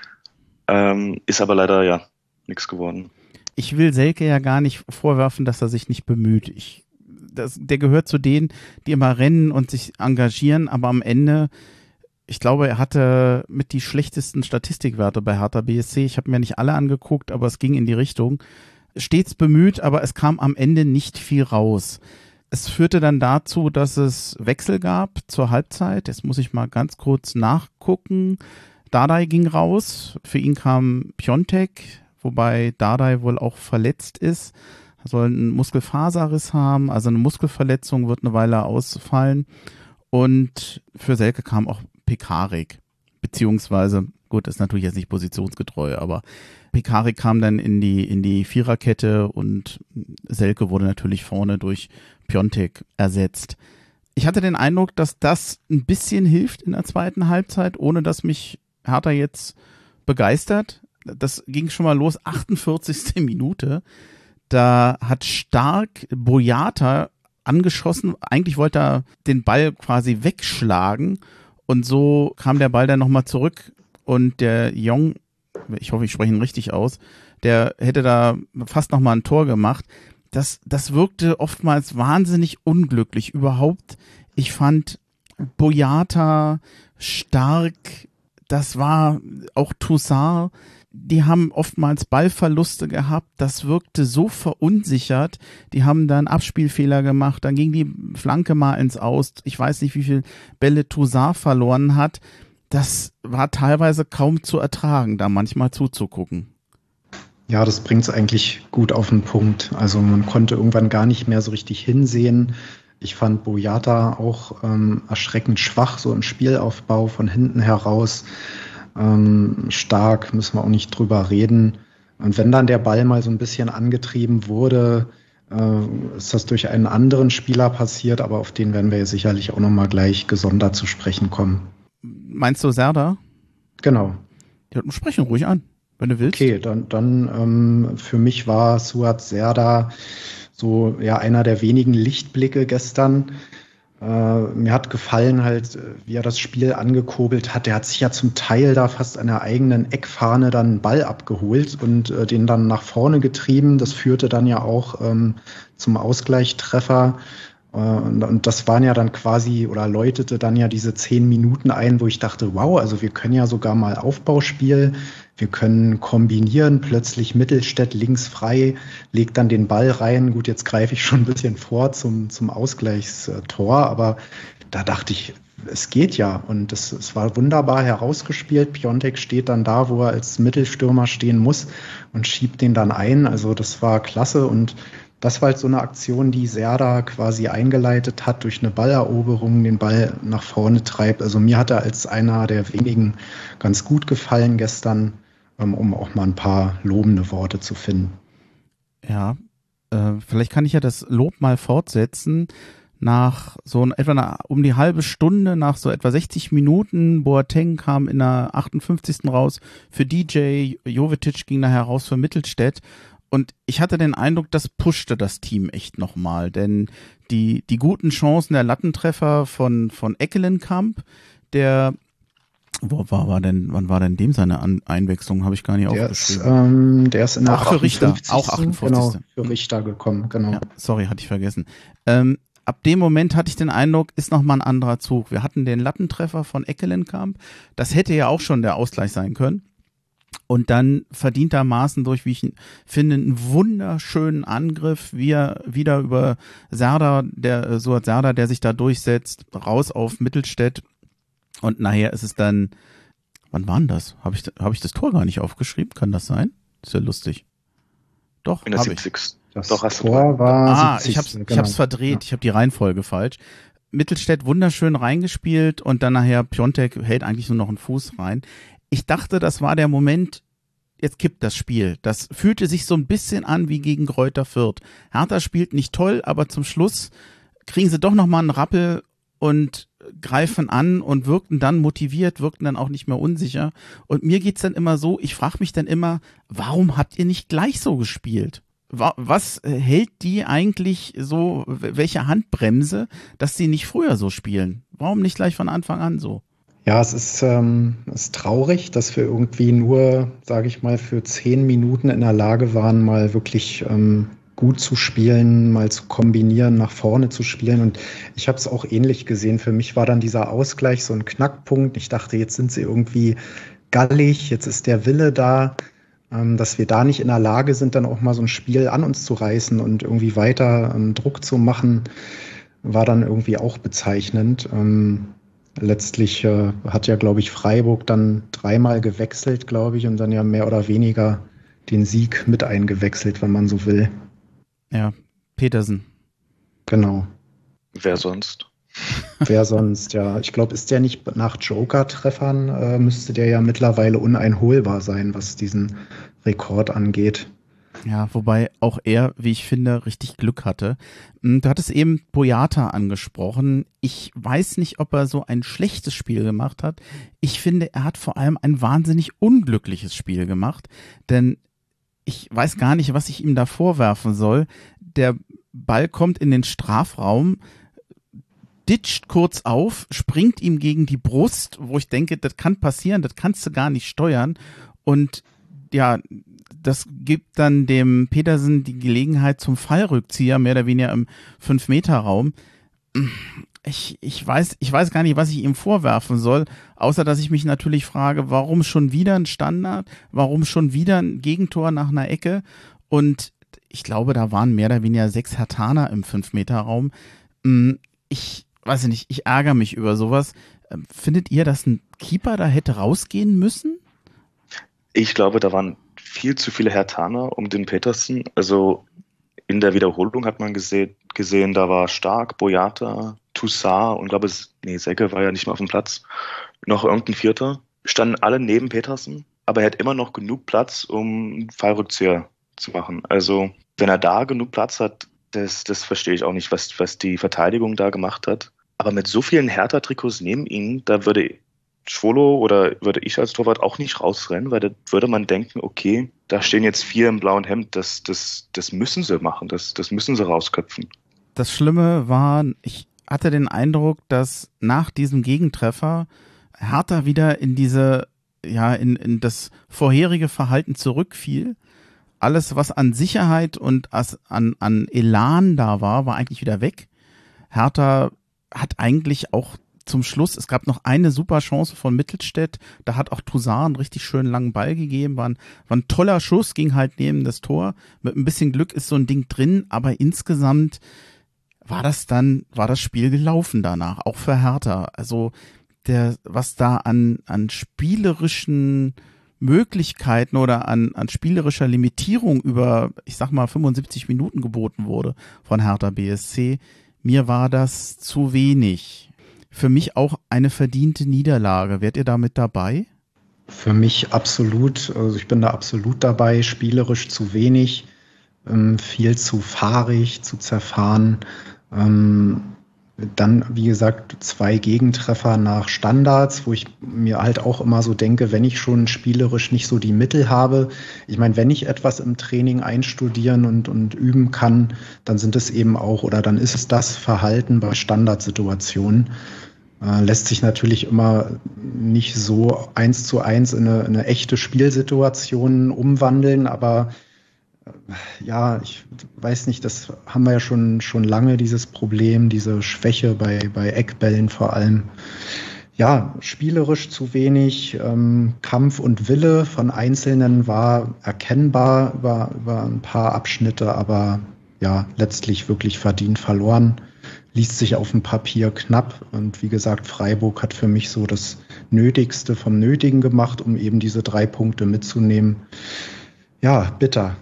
Ähm, ist aber leider ja nichts geworden. Ich will Selke ja gar nicht vorwerfen, dass er sich nicht bemüht. Ich, das, der gehört zu denen, die immer rennen und sich engagieren, aber am Ende, ich glaube, er hatte mit die schlechtesten Statistikwerte bei Hertha B S C. Ich habe mir nicht alle angeguckt, aber es ging in die Richtung. Stets bemüht, aber es kam am Ende nicht viel raus. Es führte dann dazu, dass es Wechsel gab zur Halbzeit. Jetzt muss ich mal ganz kurz nachgucken. Dardai ging raus, für ihn kam Piontek, wobei Dardai wohl auch verletzt ist. Er soll einen Muskelfaserriss haben, also eine Muskelverletzung, wird eine Weile ausfallen. Und für Selke kam auch Pekarik, beziehungsweise, gut, das ist natürlich jetzt nicht positionsgetreu, aber Pekarik kam dann in die, in die Viererkette und Selke wurde natürlich vorne durch Piontek ersetzt. Ich hatte den Eindruck, dass das ein bisschen hilft in der zweiten Halbzeit, ohne dass mich Hertha jetzt begeistert. Das ging schon mal los, achtundvierzigste Minute. Da hat Stark Boyata angeschossen. Eigentlich wollte er den Ball quasi wegschlagen und so kam der Ball dann nochmal zurück und der Jong, ich hoffe, ich spreche ihn richtig aus, der hätte da fast nochmal ein Tor gemacht. Das, das wirkte oftmals wahnsinnig unglücklich. Überhaupt, ich fand Boyata, Stark, das war auch Toussaint, die haben oftmals Ballverluste gehabt, das wirkte so verunsichert, die haben dann Abspielfehler gemacht, dann ging die Flanke mal ins Aus, ich weiß nicht, wie viel Bälle Toussaint verloren hat, das war teilweise kaum zu ertragen, da manchmal zuzugucken. Ja, das bringt es eigentlich gut auf den Punkt. Also man konnte irgendwann gar nicht mehr so richtig hinsehen. Ich fand Boyata auch ähm, erschreckend schwach, so im Spielaufbau von hinten heraus. Ähm, stark, müssen wir auch nicht drüber reden. Und wenn dann der Ball mal so ein bisschen angetrieben wurde, äh, ist das durch einen anderen Spieler passiert, aber auf den werden wir ja sicherlich auch nochmal gleich gesondert zu sprechen kommen. Meinst du Serdar? Genau. Ja, sprechen ruhig an, wenn du willst. Okay, dann, dann ähm, für mich war Suat Serdar so ja einer der wenigen Lichtblicke gestern. Äh, mir hat gefallen halt, wie er das Spiel angekurbelt hat. Der hat sich ja zum Teil da fast an der eigenen Eckfahne dann einen Ball abgeholt und äh, den dann nach vorne getrieben. Das führte dann ja auch ähm, zum Ausgleichstreffer. Und, und das waren ja dann quasi oder läutete dann ja diese zehn Minuten ein, wo ich dachte, wow, also wir können ja sogar mal Aufbauspiel, wir können kombinieren, plötzlich Mittelstädt links frei, legt dann den Ball rein. Gut, jetzt greife ich schon ein bisschen vor zum, zum Ausgleichstor, aber da dachte ich, es geht ja und es, es war wunderbar herausgespielt. Piontek steht dann da, wo er als Mittelstürmer stehen muss und schiebt den dann ein. Also das war klasse und das war halt so eine Aktion, die Serdar quasi eingeleitet hat, durch eine Balleroberung den Ball nach vorne treibt. Also mir hat er als einer der wenigen ganz gut gefallen gestern, um auch mal ein paar lobende Worte zu finden. Ja, äh, vielleicht kann ich ja das Lob mal fortsetzen. nach so etwa eine, um die halbe Stunde, nach so etwa sechzig Minuten, Boateng kam in der achtundfünfzigsten raus für D J, Jovetic ging nachher raus für Mittelstädt. Und ich hatte den Eindruck, das pushte das Team echt nochmal, denn die, die guten Chancen der Lattentreffer von, von Ekkelenkamp, der, wo war, war denn, wann war denn dem seine An- Einwechslung, habe ich gar nicht der aufgeschrieben. Ist, ähm, der ist in der auch für Richter, auch Genau, achtundfünfzigste für Richter gekommen, genau. Ja, sorry, hatte ich vergessen. Ähm, ab dem Moment hatte ich den Eindruck, ist nochmal ein anderer Zug. Wir hatten den Lattentreffer von Ekkelenkamp, das hätte ja auch schon der Ausgleich sein können. Und dann verdientermaßen durch, wie ich finde, einen wunderschönen Angriff, wie er wieder über Serdar, der Suat Serdar, der sich da durchsetzt, raus auf Mittelstädt. Und nachher ist es dann, wann war denn das? Habe ich, hab ich das Tor gar nicht aufgeschrieben? Kann das sein? Ist ja lustig. Doch, In der habe ich. siebzigsten Das Doch, hast du Tor war Ah, siebzigste, ich hab's, genau. ich hab's verdreht. Ja. Ich habe die Reihenfolge falsch. Mittelstädt wunderschön reingespielt und dann nachher Piontek hält eigentlich nur noch einen Fuß rein. Ich dachte, das war der Moment, jetzt kippt das Spiel. Das fühlte sich so ein bisschen an wie gegen Greuther Fürth. Hertha spielt nicht toll, aber zum Schluss kriegen sie doch nochmal einen Rappel und greifen an und wirkten dann motiviert, wirkten dann auch nicht mehr unsicher. Und mir geht's dann immer so, ich frage mich dann immer, warum habt ihr nicht gleich so gespielt? Was hält die eigentlich so, welche Handbremse, dass sie nicht früher so spielen? Warum nicht gleich von Anfang an so? Ja, es ist, ähm, es ist traurig, dass wir irgendwie nur, sage ich mal, für zehn Minuten in der Lage waren, mal wirklich ähm, gut zu spielen, mal zu kombinieren, nach vorne zu spielen. Und ich habe es auch ähnlich gesehen. Für mich war dann dieser Ausgleich so ein Knackpunkt. Ich dachte, jetzt sind sie irgendwie gallig, jetzt ist der Wille da, ähm, dass wir da nicht in der Lage sind, dann auch mal so ein Spiel an uns zu reißen und irgendwie weiter ähm, Druck zu machen, war dann irgendwie auch bezeichnend. Ähm, Letztlich äh, hat ja, glaube ich, Freiburg dann dreimal gewechselt, glaube ich, und dann ja mehr oder weniger den Sieg mit eingewechselt, wenn man so will. Ja, Petersen. Genau. Wer sonst? Wer sonst, ja. Ich glaube, ist der nicht nach Joker-Treffern, äh, müsste der ja mittlerweile uneinholbar sein, was diesen Rekord angeht. Ja, wobei auch er, wie ich finde, richtig Glück hatte. Du hattest eben Boyata angesprochen. Ich weiß nicht, ob er so ein schlechtes Spiel gemacht hat. Ich finde, er hat vor allem ein wahnsinnig unglückliches Spiel gemacht, denn ich weiß gar nicht, was ich ihm da vorwerfen soll. Der Ball kommt in den Strafraum, ditcht kurz auf, springt ihm gegen die Brust, wo ich denke, das kann passieren, das kannst du gar nicht steuern. Und ja, das gibt dann dem Petersen die Gelegenheit zum Fallrückzieher, mehr oder weniger im fünf-Meter-Raum. Ich, ich, weiß, ich weiß gar nicht, was ich ihm vorwerfen soll, außer dass ich mich natürlich frage, warum schon wieder ein Standard, warum schon wieder ein Gegentor nach einer Ecke? Und ich glaube, da waren mehr oder weniger sechs Herthaner im fünf-Meter-Raum. Ich weiß nicht, ich ärgere mich über sowas. Findet ihr, dass ein Keeper da hätte rausgehen müssen? Ich glaube, da waren viel zu viele Herthaner um den Petersen. Also in der Wiederholung hat man gesehen, gesehen da war Stark, Boyata, Toussaint und glaube es, nee, Segge war ja nicht mehr auf dem Platz, noch irgendein Vierter. Standen alle neben Petersen, aber er hat immer noch genug Platz, um einen Fallrückzieher zu machen. Also wenn er da genug Platz hat, das, das verstehe ich auch nicht, was, was die Verteidigung da gemacht hat. Aber mit so vielen Hertha-Trikots neben ihm, da würde Schwolo oder würde ich als Torwart auch nicht rausrennen, weil da würde man denken, okay, da stehen jetzt vier im blauen Hemd, das, das, das müssen sie machen, das, das müssen sie rausköpfen. Das Schlimme war, ich hatte den Eindruck, dass nach diesem Gegentreffer Hertha wieder in diese, ja, in, in das vorherige Verhalten zurückfiel. Alles, was an Sicherheit und an, an Elan da war, war eigentlich wieder weg. Hertha hat eigentlich auch zum Schluss, es gab noch eine super Chance von Mittelstädt, da hat auch Toussaint einen richtig schönen langen Ball gegeben, war ein, war ein toller Schuss, ging halt neben das Tor, mit ein bisschen Glück ist so ein Ding drin, aber insgesamt war das dann, war das Spiel gelaufen danach, auch für Hertha, also der, was da an, an spielerischen Möglichkeiten oder an, an spielerischer Limitierung über, ich sag mal, fünfundsiebzig Minuten geboten wurde von Hertha B S C, mir war das zu wenig. Für mich auch eine verdiente Niederlage. Wärt ihr damit dabei? Für mich absolut. Also ich bin da absolut dabei. Spielerisch zu wenig, ähm, viel zu fahrig, zu zerfahren. Ähm, Dann, wie gesagt, zwei Gegentreffer nach Standards, wo ich mir halt auch immer so denke, wenn ich schon spielerisch nicht so die Mittel habe, ich meine, wenn ich etwas im Training einstudieren und, und üben kann, dann sind es eben auch, oder dann ist es das Verhalten bei Standardsituationen. Äh, lässt sich natürlich immer nicht so eins zu eins in eine, in eine echte Spielsituation umwandeln, aber ja, ich weiß nicht, das haben wir ja schon, schon lange, dieses Problem, diese Schwäche bei, bei Eckbällen vor allem. Ja, spielerisch zu wenig, ähm, Kampf und Wille von Einzelnen war erkennbar über, über ein paar Abschnitte, aber ja, letztlich wirklich verdient verloren. Liest sich auf dem Papier knapp und wie gesagt, Freiburg hat für mich so das Nötigste vom Nötigen gemacht, um eben diese drei Punkte mitzunehmen. Ja, bitter.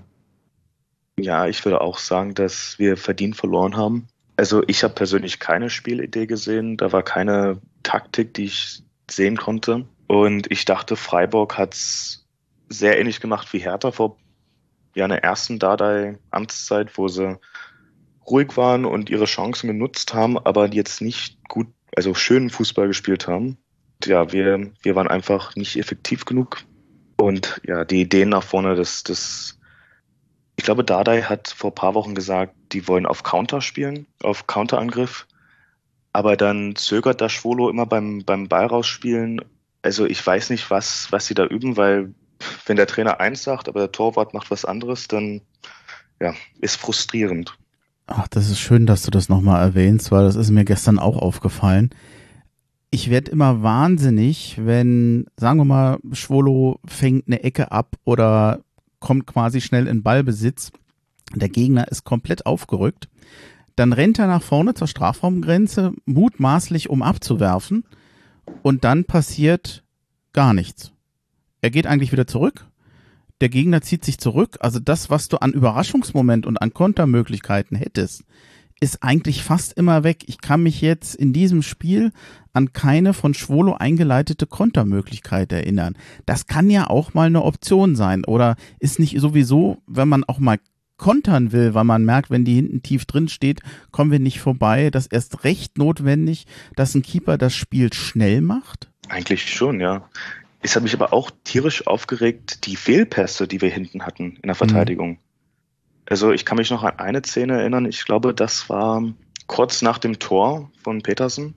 Ja, ich würde auch sagen, dass wir verdient verloren haben. Also ich habe persönlich keine Spielidee gesehen. Da war keine Taktik, die ich sehen konnte. Und ich dachte, Freiburg hat es sehr ähnlich gemacht wie Hertha vor ja, einer ersten Dardai-Amtszeit, wo sie ruhig waren und ihre Chancen genutzt haben, aber jetzt nicht gut, also schönen Fußball gespielt haben. Ja, wir, wir waren einfach nicht effektiv genug. Und ja, die Ideen nach vorne, das, das ich glaube, Dardai hat vor ein paar Wochen gesagt, die wollen auf Counter spielen, auf Counterangriff. Aber dann zögert da Schwolo immer beim, beim Ball rausspielen. Also ich weiß nicht, was, was sie da üben, weil wenn der Trainer eins sagt, aber der Torwart macht was anderes, dann ja, ist frustrierend. Ach, das ist schön, dass du das nochmal erwähnst, weil das ist mir gestern auch aufgefallen. Ich werde immer wahnsinnig, wenn, sagen wir mal, Schwolo fängt eine Ecke ab oder kommt quasi schnell in Ballbesitz. Der Gegner ist komplett aufgerückt. Dann rennt er nach vorne zur Strafraumgrenze, mutmaßlich um abzuwerfen. Und dann passiert gar nichts. Er geht eigentlich wieder zurück. Der Gegner zieht sich zurück. Also das, was du an Überraschungsmoment und an Kontermöglichkeiten hättest, ist eigentlich fast immer weg. Ich kann mich jetzt in diesem Spiel an keine von Schwolo eingeleitete Kontermöglichkeit erinnern. Das kann ja auch mal eine Option sein. Oder ist nicht sowieso, wenn man auch mal kontern will, weil man merkt, wenn die hinten tief drin steht, kommen wir nicht vorbei. Das ist erst recht notwendig, dass ein Keeper das Spiel schnell macht? Eigentlich schon, ja. Es hat mich aber auch tierisch aufgeregt, die Fehlpässe, die wir hinten hatten in der Verteidigung. Mhm. Also ich kann mich noch an eine Szene erinnern, ich glaube, das war kurz nach dem Tor von Petersen,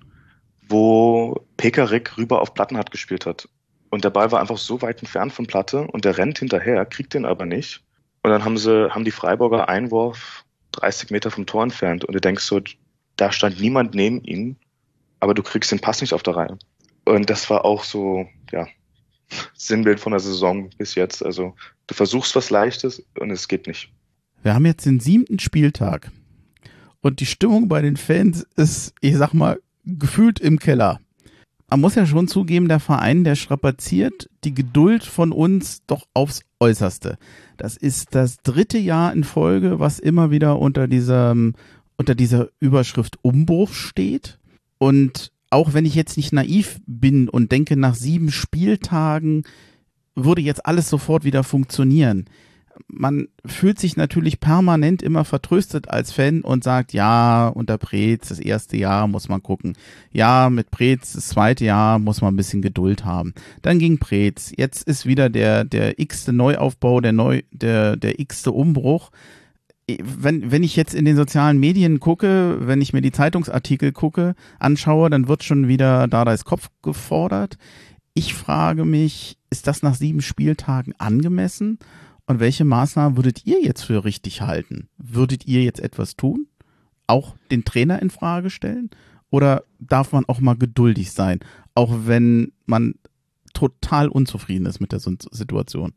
wo Pekarik rüber auf Plattenhardt gespielt hat. Und der Ball war einfach so weit entfernt von Platte und der rennt hinterher, kriegt den aber nicht. Und dann haben sie, haben die Freiburger Einwurf dreißig Meter vom Tor entfernt und du denkst so, da stand niemand neben ihnen, aber du kriegst den Pass nicht auf der Reihe. Und das war auch so, ja, Sinnbild von der Saison bis jetzt. Also du versuchst was Leichtes und es geht nicht. Wir haben jetzt den siebten Spieltag und die Stimmung bei den Fans ist, ich sag mal, gefühlt im Keller. Man muss ja schon zugeben, der Verein, der strapaziert die Geduld von uns doch aufs Äußerste. Das ist das dritte Jahr in Folge, was immer wieder unter dieser, unter dieser Überschrift Umbruch steht. Und auch wenn ich jetzt nicht naiv bin und denke, nach sieben Spieltagen würde jetzt alles sofort wieder funktionieren. Man fühlt sich natürlich permanent immer vertröstet als Fan und sagt, ja, unter Preetz das erste Jahr muss man gucken. Ja, mit Preetz das zweite Jahr muss man ein bisschen Geduld haben. Dann ging Preetz. Jetzt ist wieder der der x-te Neuaufbau, der neu der der x-te Umbruch. Wenn wenn ich jetzt in den sozialen Medien gucke, wenn ich mir die Zeitungsartikel gucke, anschaue, dann wird schon wieder Dardais Kopf gefordert. Ich frage mich, ist das nach sieben Spieltagen angemessen? Und welche Maßnahmen würdet ihr jetzt für richtig halten? Würdet ihr jetzt etwas tun? Auch den Trainer in Frage stellen? Oder darf man auch mal geduldig sein, auch wenn man total unzufrieden ist mit der Situation?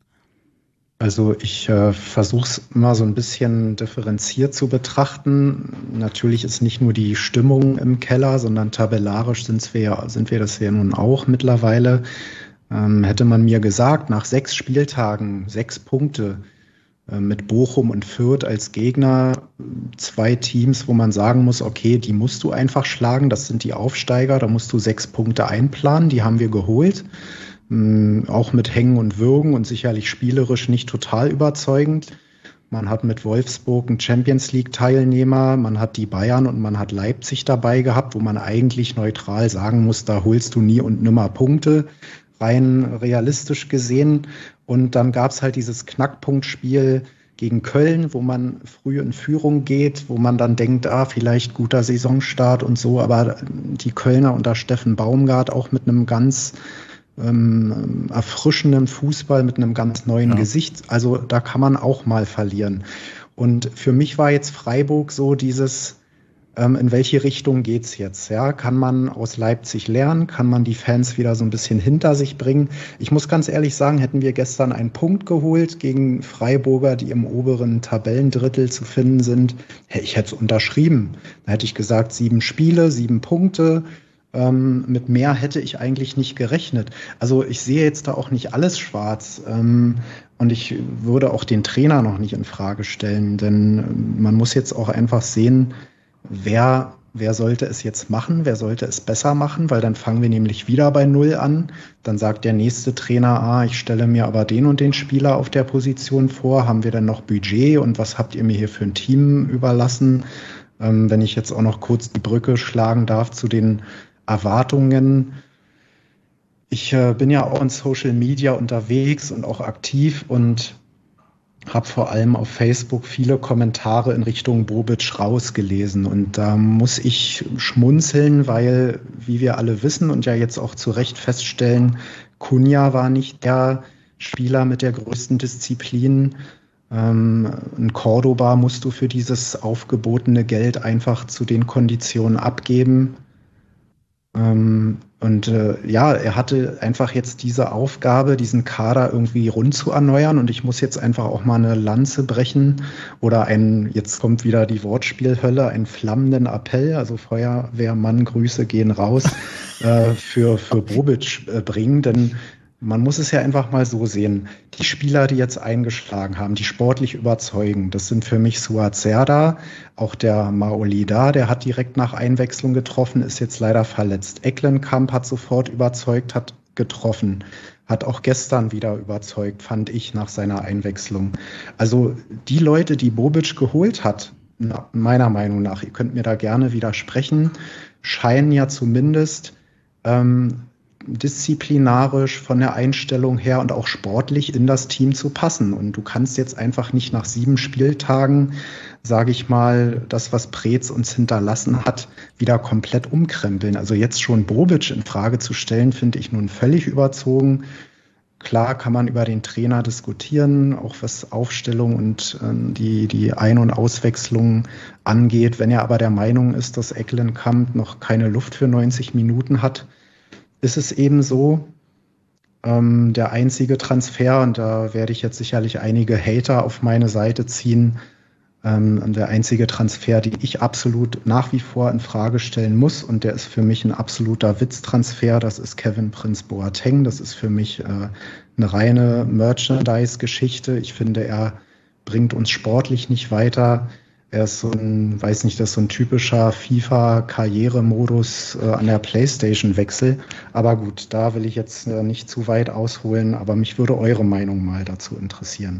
Also ich äh, versuche es immer so ein bisschen differenziert zu betrachten. Natürlich ist nicht nur die Stimmung im Keller, sondern tabellarisch sind wir, ja, sind wir das ja nun auch mittlerweile. Ähm, hätte man mir gesagt, nach sechs Spieltagen, sechs Punkte äh, mit Bochum und Fürth als Gegner, zwei Teams, wo man sagen muss, okay, die musst du einfach schlagen, das sind die Aufsteiger, da musst du sechs Punkte einplanen, die haben wir geholt, ähm, auch mit Hängen und Würgen und sicherlich spielerisch nicht total überzeugend. Man hat mit Wolfsburg einen Champions-League-Teilnehmer, man hat die Bayern und man hat Leipzig dabei gehabt, wo man eigentlich neutral sagen muss, da holst du nie und nimmer Punkte, rein realistisch gesehen. Und dann gab es halt dieses Knackpunktspiel gegen Köln, wo man früh in Führung geht, wo man dann denkt, ah, vielleicht guter Saisonstart und so, aber die Kölner unter Steffen Baumgart auch mit einem ganz ähm, erfrischenden Fußball, mit einem ganz neuen ja. Gesicht, also da kann man auch mal verlieren. Und für mich war jetzt Freiburg so dieses, ähm, in welche Richtung geht's jetzt? Ja, kann man aus Leipzig lernen? Kann man die Fans wieder so ein bisschen hinter sich bringen? Ich muss ganz ehrlich sagen, hätten wir gestern einen Punkt geholt gegen Freiburger, die im oberen Tabellendrittel zu finden sind, ich hätte es unterschrieben. Da hätte ich gesagt, sieben Spiele, sieben Punkte. Ähm, mit mehr hätte ich eigentlich nicht gerechnet. Also ich sehe jetzt da auch nicht alles schwarz. Ähm, und ich würde auch den Trainer noch nicht in Frage stellen, denn man muss jetzt auch einfach sehen, Wer, wer sollte es jetzt machen? Wer sollte es besser machen? Weil dann fangen wir nämlich wieder bei Null an. Dann sagt der nächste Trainer, ah, ich stelle mir aber den und den Spieler auf der Position vor. Haben wir denn noch Budget? Und was habt ihr mir hier für ein Team überlassen? Ähm, wenn ich jetzt auch noch kurz die Brücke schlagen darf zu den Erwartungen. Ich äh, bin ja auch in Social Media unterwegs und auch aktiv und habe vor allem auf Facebook viele Kommentare in Richtung Bobic rausgelesen. Und da muss ich schmunzeln, weil, wie wir alle wissen und ja jetzt auch zu Recht feststellen, Cunha war nicht der Spieler mit der größten Disziplin. Ähm, in Cordoba musst du für dieses aufgebotene Geld einfach zu den Konditionen abgeben. Ähm, und äh, ja, er hatte einfach jetzt diese Aufgabe, diesen Kader irgendwie rund zu erneuern. Und ich muss jetzt einfach auch mal eine Lanze brechen oder ein, jetzt kommt wieder die Wortspielhölle, einen flammenden Appell, also Feuerwehrmann, Grüße gehen raus, äh, für, für Bobic äh, bringen. Denn man muss es ja einfach mal so sehen. Die Spieler, die jetzt eingeschlagen haben, die sportlich überzeugen, das sind für mich Suat Serdar, auch der Maolida, der hat direkt nach Einwechslung getroffen, ist jetzt leider verletzt. Eklenkamp hat sofort überzeugt, hat getroffen, hat auch gestern wieder überzeugt, fand ich, nach seiner Einwechslung. Also die Leute, die Bobic geholt hat, meiner Meinung nach, ihr könnt mir da gerne widersprechen, scheinen ja zumindest ähm, disziplinarisch von der Einstellung her und auch sportlich in das Team zu passen. Und du kannst jetzt einfach nicht nach sieben Spieltagen, sage ich mal, das, was Preetz uns hinterlassen hat, wieder komplett umkrempeln. Also jetzt schon Bobic in Frage zu stellen, finde ich nun völlig überzogen. Klar kann man über den Trainer diskutieren, auch was Aufstellung und äh, die, die Ein- und Auswechslung angeht. Wenn er aber der Meinung ist, dass Eklenkamp noch keine Luft für neunzig Minuten hat, ist es eben so, ähm, der einzige Transfer, und da werde ich jetzt sicherlich einige Hater auf meine Seite ziehen, ähm, der einzige Transfer, den ich absolut nach wie vor in Frage stellen muss, und der ist für mich ein absoluter Witztransfer, das ist Kevin Prince Boateng. Das ist für mich äh, eine reine Merchandise-Geschichte. Ich finde, er bringt uns sportlich nicht weiter. Er ist so ein, weiß nicht, das ist so ein typischer FIFA-Karrieremodus äh, an der Playstation-Wechsel. Aber gut, da will ich jetzt äh, nicht zu weit ausholen, aber mich würde eure Meinung mal dazu interessieren.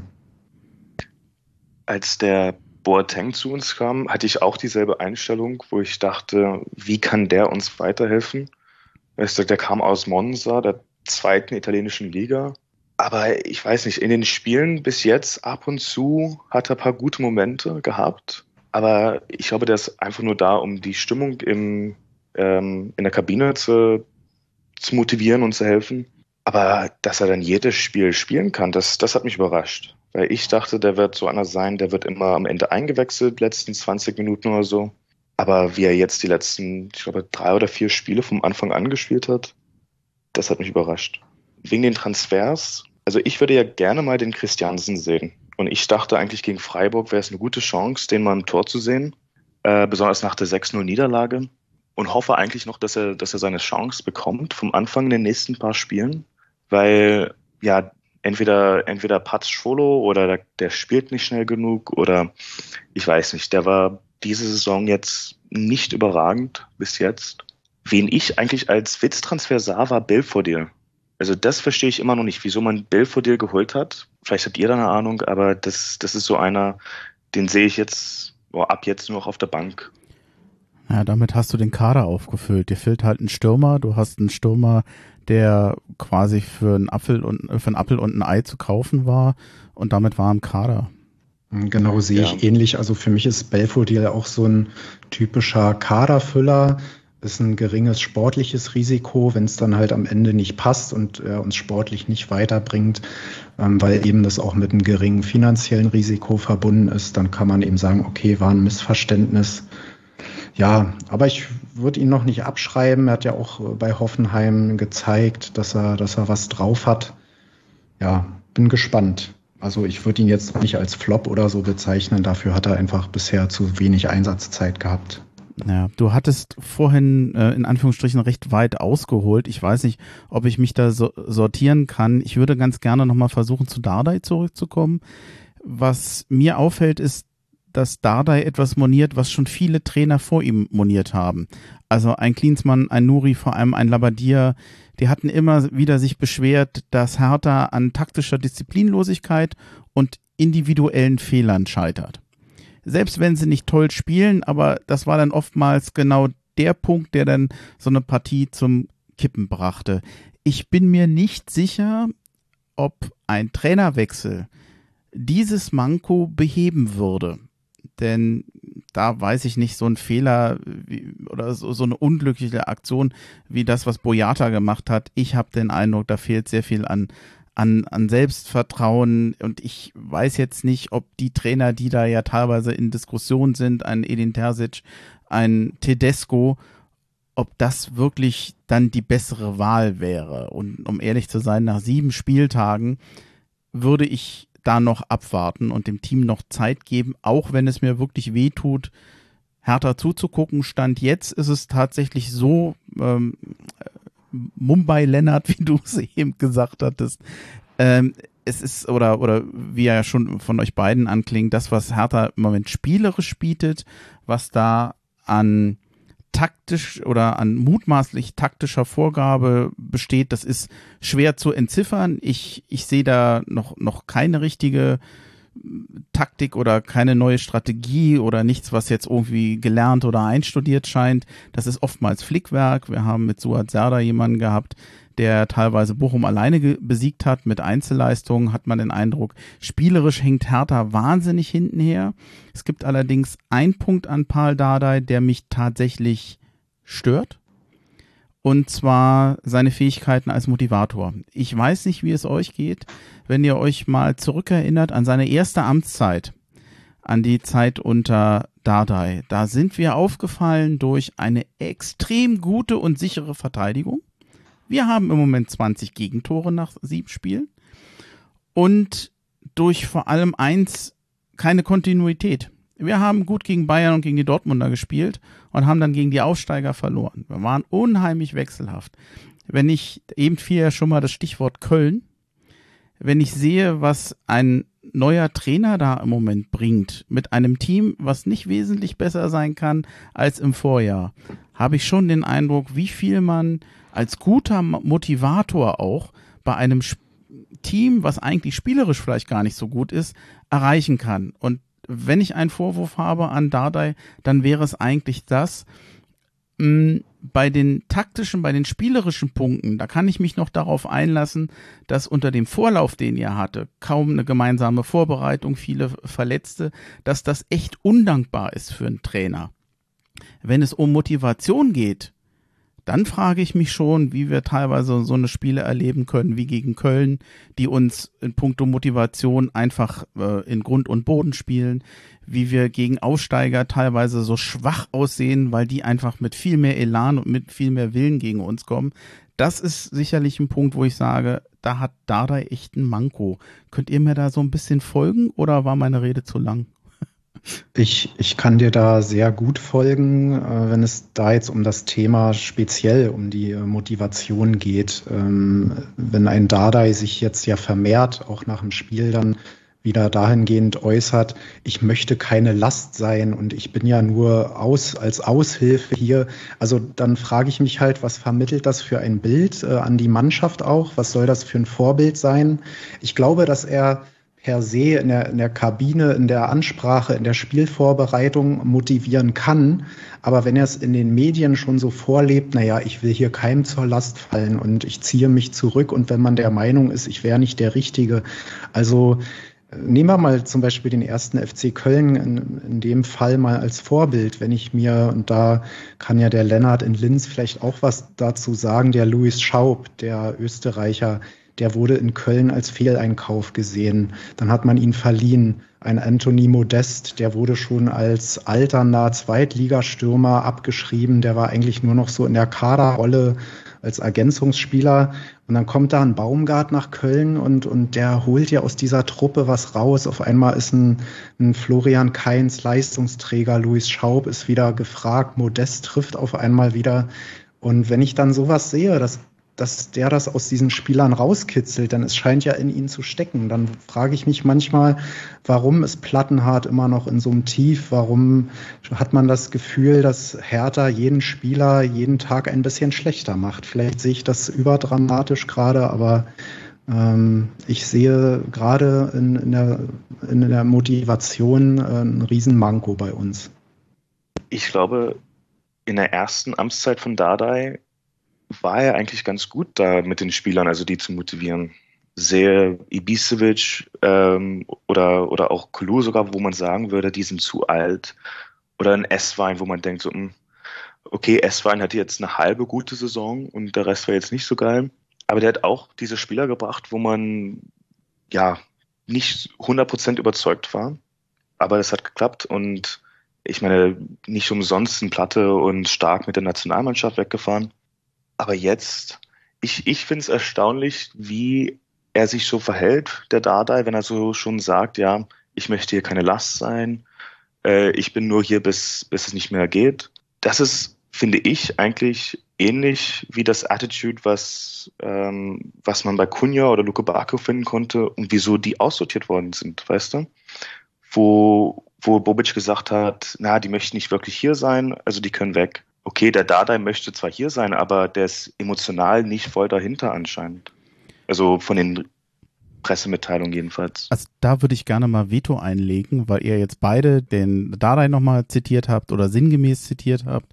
Als der Boateng zu uns kam, hatte ich auch dieselbe Einstellung, wo ich dachte, wie kann der uns weiterhelfen? Weißt du, der kam aus Monza, der zweiten italienischen Liga. Aber ich weiß nicht, in den Spielen bis jetzt ab und zu hat er ein paar gute Momente gehabt. Aber ich glaube, der ist einfach nur da, um die Stimmung im, ähm, in der Kabine zu, zu motivieren und zu helfen. Aber dass er dann jedes Spiel spielen kann, das, das hat mich überrascht. Weil ich dachte, der wird so einer sein, der wird immer am Ende eingewechselt, letzten zwanzig Minuten oder so. Aber wie er jetzt die letzten, ich glaube, drei oder vier Spiele vom Anfang an gespielt hat, das hat mich überrascht. Wegen den Transfers, also ich würde ja gerne mal den Christiansen sehen. Und ich dachte eigentlich, gegen Freiburg wäre es eine gute Chance, den mal im Tor zu sehen. Äh, besonders nach der sechs null Niederlage. Und hoffe eigentlich noch, dass er, dass er seine Chance bekommt vom Anfang in den nächsten paar Spielen. Weil, ja, entweder, entweder Paz Schwolo oder der, der spielt nicht schnell genug oder ich weiß nicht, der war diese Saison jetzt nicht überragend bis jetzt. Wen ich eigentlich als Witztransfer sah, war Belfodil. Also das verstehe ich immer noch nicht, wieso man Belfodil geholt hat. Vielleicht habt ihr da eine Ahnung, aber das, das ist so einer, den sehe ich jetzt, boah, ab jetzt nur noch auf der Bank. Ja, damit hast du den Kader aufgefüllt. Dir fehlt halt ein Stürmer. Du hast einen Stürmer, der quasi für einen Apfel und für einen Apfel und ein Ei zu kaufen war, und damit war er im Kader. Genau, sehe ich Ja. ähnlich. Also für mich ist Belfodil auch so ein typischer Kaderfüller. Ist ein geringes sportliches Risiko, wenn es dann halt am Ende nicht passt und er uns sportlich nicht weiterbringt, ähm, weil eben das auch mit einem geringen finanziellen Risiko verbunden ist. Dann kann man eben sagen, okay, war ein Missverständnis. Ja, aber ich würde ihn noch nicht abschreiben. Er hat ja auch äh, bei Hoffenheim gezeigt, dass er, dass er was drauf hat. Ja, bin gespannt. Also ich würde ihn jetzt noch nicht als Flop oder so bezeichnen. Dafür hat er einfach bisher zu wenig Einsatzzeit gehabt. Ja, du hattest vorhin äh, in Anführungsstrichen recht weit ausgeholt. Ich weiß nicht, ob ich mich da so sortieren kann. Ich würde ganz gerne nochmal versuchen, zu Dardai zurückzukommen. Was mir auffällt, ist, dass Dardai etwas moniert, was schon viele Trainer vor ihm moniert haben. Also ein Klinsmann, ein Nuri, vor allem ein Labbadia, die hatten immer wieder sich beschwert, dass Hertha an taktischer Disziplinlosigkeit und individuellen Fehlern scheitert. Selbst wenn sie nicht toll spielen, aber das war dann oftmals genau der Punkt, der dann so eine Partie zum Kippen brachte. Ich bin mir nicht sicher, ob ein Trainerwechsel dieses Manko beheben würde. Denn da weiß ich nicht, so ein Fehler wie, oder so, so eine unglückliche Aktion wie das, was Boyata gemacht hat. Ich habe den Eindruck, da fehlt sehr viel an, an, an Selbstvertrauen, und ich weiß jetzt nicht, ob die Trainer, die da ja teilweise in Diskussion sind, ein Edin Terzic, ein Tedesco, ob das wirklich dann die bessere Wahl wäre. Und um ehrlich zu sein, nach sieben Spieltagen würde ich da noch abwarten und dem Team noch Zeit geben, auch wenn es mir wirklich weh tut, Hertha zuzugucken. Stand jetzt ist es tatsächlich so, ähm, Mumbai Lennart, wie du es eben gesagt hattest, ähm, es ist, oder, oder wie ja schon von euch beiden anklingt, das, was Hertha im Moment spielerisch bietet, was da an taktisch oder an mutmaßlich taktischer Vorgabe besteht, das ist schwer zu entziffern. Ich, ich sehe da noch, noch keine richtige Taktik oder keine neue Strategie oder nichts, was jetzt irgendwie gelernt oder einstudiert scheint. Das ist oftmals Flickwerk. Wir haben mit Suat Serdar jemanden gehabt, der teilweise Bochum alleine ge- besiegt hat mit Einzelleistungen, hat man den Eindruck. Spielerisch hängt Hertha wahnsinnig hinten her. Es gibt allerdings einen Punkt an Pal Dardai, der mich tatsächlich stört. Und zwar seine Fähigkeiten als Motivator. Ich weiß nicht, wie es euch geht, wenn ihr euch mal zurückerinnert an seine erste Amtszeit, an die Zeit unter Dardai. Da sind wir aufgefallen durch eine extrem gute und sichere Verteidigung. Wir haben im Moment zwanzig Gegentore nach sieben Spielen und durch vor allem eins, keine Kontinuität. Wir haben gut gegen Bayern und gegen die Dortmunder gespielt und haben dann gegen die Aufsteiger verloren. Wir waren unheimlich wechselhaft. Wenn ich, eben fiel ja schon mal das Stichwort Köln, wenn ich sehe, was ein neuer Trainer da im Moment bringt, mit einem Team, was nicht wesentlich besser sein kann als im Vorjahr, habe ich schon den Eindruck, wie viel man als guter Motivator auch bei einem Team, was eigentlich spielerisch vielleicht gar nicht so gut ist, erreichen kann. Und wenn ich einen Vorwurf habe an Dardai, dann wäre es eigentlich das, mh, bei den taktischen, bei den spielerischen Punkten, da kann ich mich noch darauf einlassen, dass unter dem Vorlauf, den er hatte, kaum eine gemeinsame Vorbereitung, viele Verletzte, dass das echt undankbar ist für einen Trainer. Wenn es um Motivation geht, dann frage ich mich schon, wie wir teilweise so eine Spiele erleben können wie gegen Köln, die uns in puncto Motivation einfach äh, in Grund und Boden spielen, wie wir gegen Aufsteiger teilweise so schwach aussehen, weil die einfach mit viel mehr Elan und mit viel mehr Willen gegen uns kommen. Das ist sicherlich ein Punkt, wo ich sage, da hat Dardai echt ein Manko. Könnt ihr mir da so ein bisschen folgen oder war meine Rede zu lang? Ich, ich kann dir da sehr gut folgen, äh, wenn es da jetzt um das Thema speziell um die äh, Motivation geht. Ähm, wenn ein Dardai sich jetzt ja vermehrt, auch nach dem Spiel dann wieder dahingehend äußert, ich möchte keine Last sein und ich bin ja nur aus, als Aushilfe hier. Also dann frage ich mich halt, was vermittelt das für ein Bild äh, an die Mannschaft auch? Was soll das für ein Vorbild sein? Ich glaube, dass er per se in der, in der Kabine, in der Ansprache, in der Spielvorbereitung motivieren kann. Aber wenn er es in den Medien schon so vorlebt, naja, ich will hier keinem zur Last fallen und ich ziehe mich zurück und wenn man der Meinung ist, ich wäre nicht der Richtige. Also nehmen wir mal zum Beispiel den ersten F C Köln in, in dem Fall mal als Vorbild, wenn ich mir, und da kann ja der Lennart in Linz vielleicht auch was dazu sagen, der Louis Schaub, der Österreicher, der wurde in Köln als Fehleinkauf gesehen. Dann hat man ihn verliehen. Ein Anthony Modest, der wurde schon als alternder Zweitligastürmer abgeschrieben. Der war eigentlich nur noch so in der Kaderrolle als Ergänzungsspieler. Und dann kommt da ein Baumgart nach Köln und, und der holt ja aus dieser Truppe was raus. Auf einmal ist ein, ein Florian Kainz Leistungsträger, Louis Schaub ist wieder gefragt, Modest trifft auf einmal wieder. Und wenn ich dann sowas sehe, dass dass der das aus diesen Spielern rauskitzelt, dann es scheint ja in ihnen zu stecken. Dann frage ich mich manchmal, warum ist Plattenhardt immer noch in so einem Tief? Warum hat man das Gefühl, dass Hertha jeden Spieler jeden Tag ein bisschen schlechter macht? Vielleicht sehe ich das überdramatisch gerade, aber ähm, ich sehe gerade in, in, der, in der Motivation äh, ein Riesenmanko bei uns. Ich glaube, in der ersten Amtszeit von Dardai war er eigentlich ganz gut da mit den Spielern, also die zu motivieren. Sehe Ibisevic ähm, oder, oder auch Kulu sogar, wo man sagen würde, die sind zu alt. Oder ein Esswein, wo man denkt, so, mh, okay, Esswein hat jetzt eine halbe gute Saison und der Rest war jetzt nicht so geil. Aber der hat auch diese Spieler gebracht, wo man ja nicht hundert Prozent überzeugt war. Aber das hat geklappt und ich meine, nicht umsonst ein Platte und Stark mit der Nationalmannschaft weggefahren. Aber jetzt, ich, ich finde es erstaunlich, wie er sich so verhält, der Dardai, wenn er so schon sagt, ja, ich möchte hier keine Last sein, äh, ich bin nur hier, bis, bis es nicht mehr geht. Das ist, finde ich, eigentlich ähnlich wie das Attitude, was, ähm, was man bei Cunha oder Luke Bacchio finden konnte und wieso die aussortiert worden sind, weißt du? Wo, wo Bobic gesagt hat, na, die möchten nicht wirklich hier sein, also die können weg. Okay, der Dardai möchte zwar hier sein, aber der ist emotional nicht voll dahinter anscheinend. Also von den Pressemitteilungen jedenfalls. Also da würde ich gerne mal Veto einlegen, weil ihr jetzt beide den Dardai nochmal zitiert habt oder sinngemäß zitiert habt.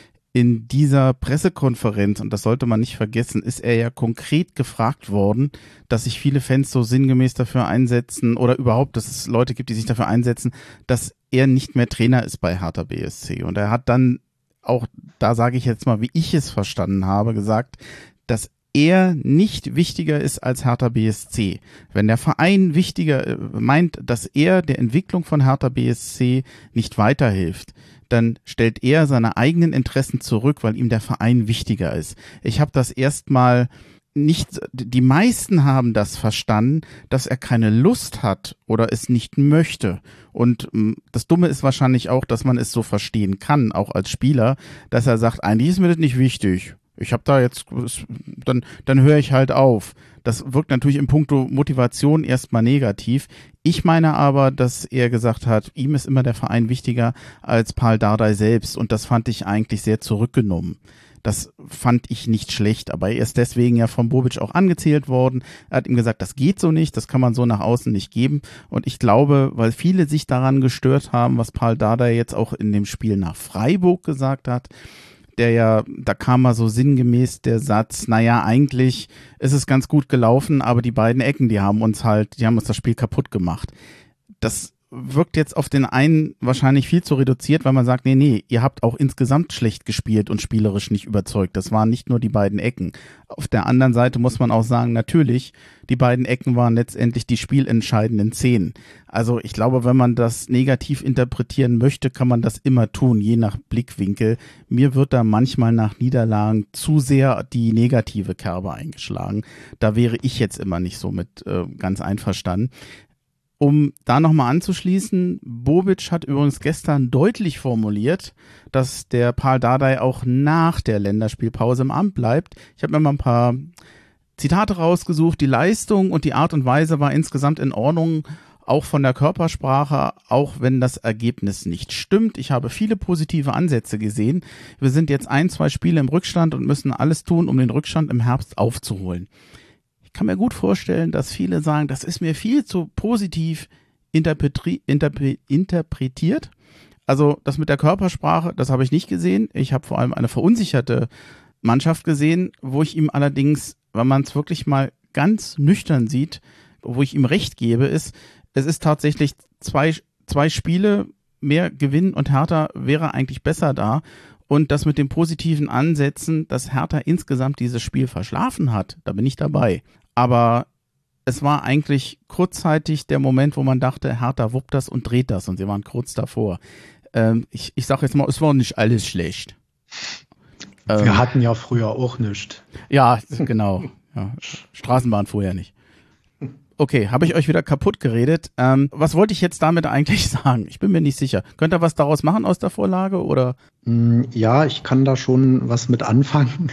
In dieser Pressekonferenz, und das sollte man nicht vergessen, ist er ja konkret gefragt worden, dass sich viele Fans so sinngemäß dafür einsetzen oder überhaupt, dass es Leute gibt, die sich dafür einsetzen, dass er nicht mehr Trainer ist bei Hertha B S C. Und er hat dann auch, da sage ich jetzt mal, wie ich es verstanden habe, gesagt, dass er nicht wichtiger ist als Hertha B S C. Wenn der Verein wichtiger äh, meint, dass er der Entwicklung von Hertha B S C nicht weiterhilft, dann stellt er seine eigenen Interessen zurück, weil ihm der Verein wichtiger ist. Ich habe das erstmal nicht, die meisten haben das verstanden, dass er keine Lust hat oder es nicht möchte. Und das Dumme ist wahrscheinlich auch, dass man es so verstehen kann, auch als Spieler, dass er sagt, eigentlich ist mir das nicht wichtig. Ich habe da jetzt, dann, dann höre ich halt auf. Das wirkt natürlich in puncto Motivation erstmal negativ. Ich meine aber, dass er gesagt hat, ihm ist immer der Verein wichtiger als Paul Dardai selbst. Und das fand ich eigentlich sehr zurückgenommen. Das fand ich nicht schlecht, aber er ist deswegen ja von Bobic auch angezählt worden. Er hat ihm gesagt, das geht so nicht, das kann man so nach außen nicht geben. Und ich glaube, weil viele sich daran gestört haben, was Paul Dardai jetzt auch in dem Spiel nach Freiburg gesagt hat, der ja, da kam mal so sinngemäß der Satz, naja, eigentlich ist es ganz gut gelaufen, aber die beiden Ecken, die haben uns halt, die haben uns das Spiel kaputt gemacht. Das wirkt jetzt auf den einen wahrscheinlich viel zu reduziert, weil man sagt, nee, nee, ihr habt auch insgesamt schlecht gespielt und spielerisch nicht überzeugt. Das waren nicht nur die beiden Ecken. Auf der anderen Seite muss man auch sagen, natürlich, die beiden Ecken waren letztendlich die spielentscheidenden Szenen. Also ich glaube, wenn man das negativ interpretieren möchte, kann man das immer tun, je nach Blickwinkel. Mir wird da manchmal nach Niederlagen zu sehr die negative Kerbe eingeschlagen. Da wäre ich jetzt immer nicht so mit äh, ganz einverstanden. Um da nochmal anzuschließen, Bobic hat übrigens gestern deutlich formuliert, dass der Paul Dardai auch nach der Länderspielpause im Amt bleibt. Ich habe mir mal ein paar Zitate rausgesucht. Die Leistung und die Art und Weise war insgesamt in Ordnung, auch von der Körpersprache, auch wenn das Ergebnis nicht stimmt. Ich habe viele positive Ansätze gesehen. Wir sind jetzt ein, zwei Spiele im Rückstand und müssen alles tun, um den Rückstand im Herbst aufzuholen. Ich kann mir gut vorstellen, dass viele sagen, das ist mir viel zu positiv interpretri- interpre- interpretiert. Also das mit der Körpersprache, das habe ich nicht gesehen. Ich habe vor allem eine verunsicherte Mannschaft gesehen, wo ich ihm allerdings, wenn man es wirklich mal ganz nüchtern sieht, wo ich ihm recht gebe, ist, es ist tatsächlich zwei, zwei Spiele mehr Gewinn und Hertha wäre eigentlich besser da. Und das mit den positiven Ansätzen, dass Hertha insgesamt dieses Spiel verschlafen hat, da bin ich dabei. Aber es war eigentlich kurzzeitig der Moment, wo man dachte, Hertha wuppt das und dreht das. Und sie waren kurz davor. Ähm, ich ich sage jetzt mal, es war nicht alles schlecht. Wir ähm, hatten ja früher auch nichts. Ja, genau. Ja, Straßenbahn vorher nicht. Okay, habe ich euch wieder kaputt geredet. Ähm, was wollte ich jetzt damit eigentlich sagen? Ich bin mir nicht sicher. Könnt ihr was daraus machen aus der Vorlage, oder? Ja, ich kann da schon was mit anfangen.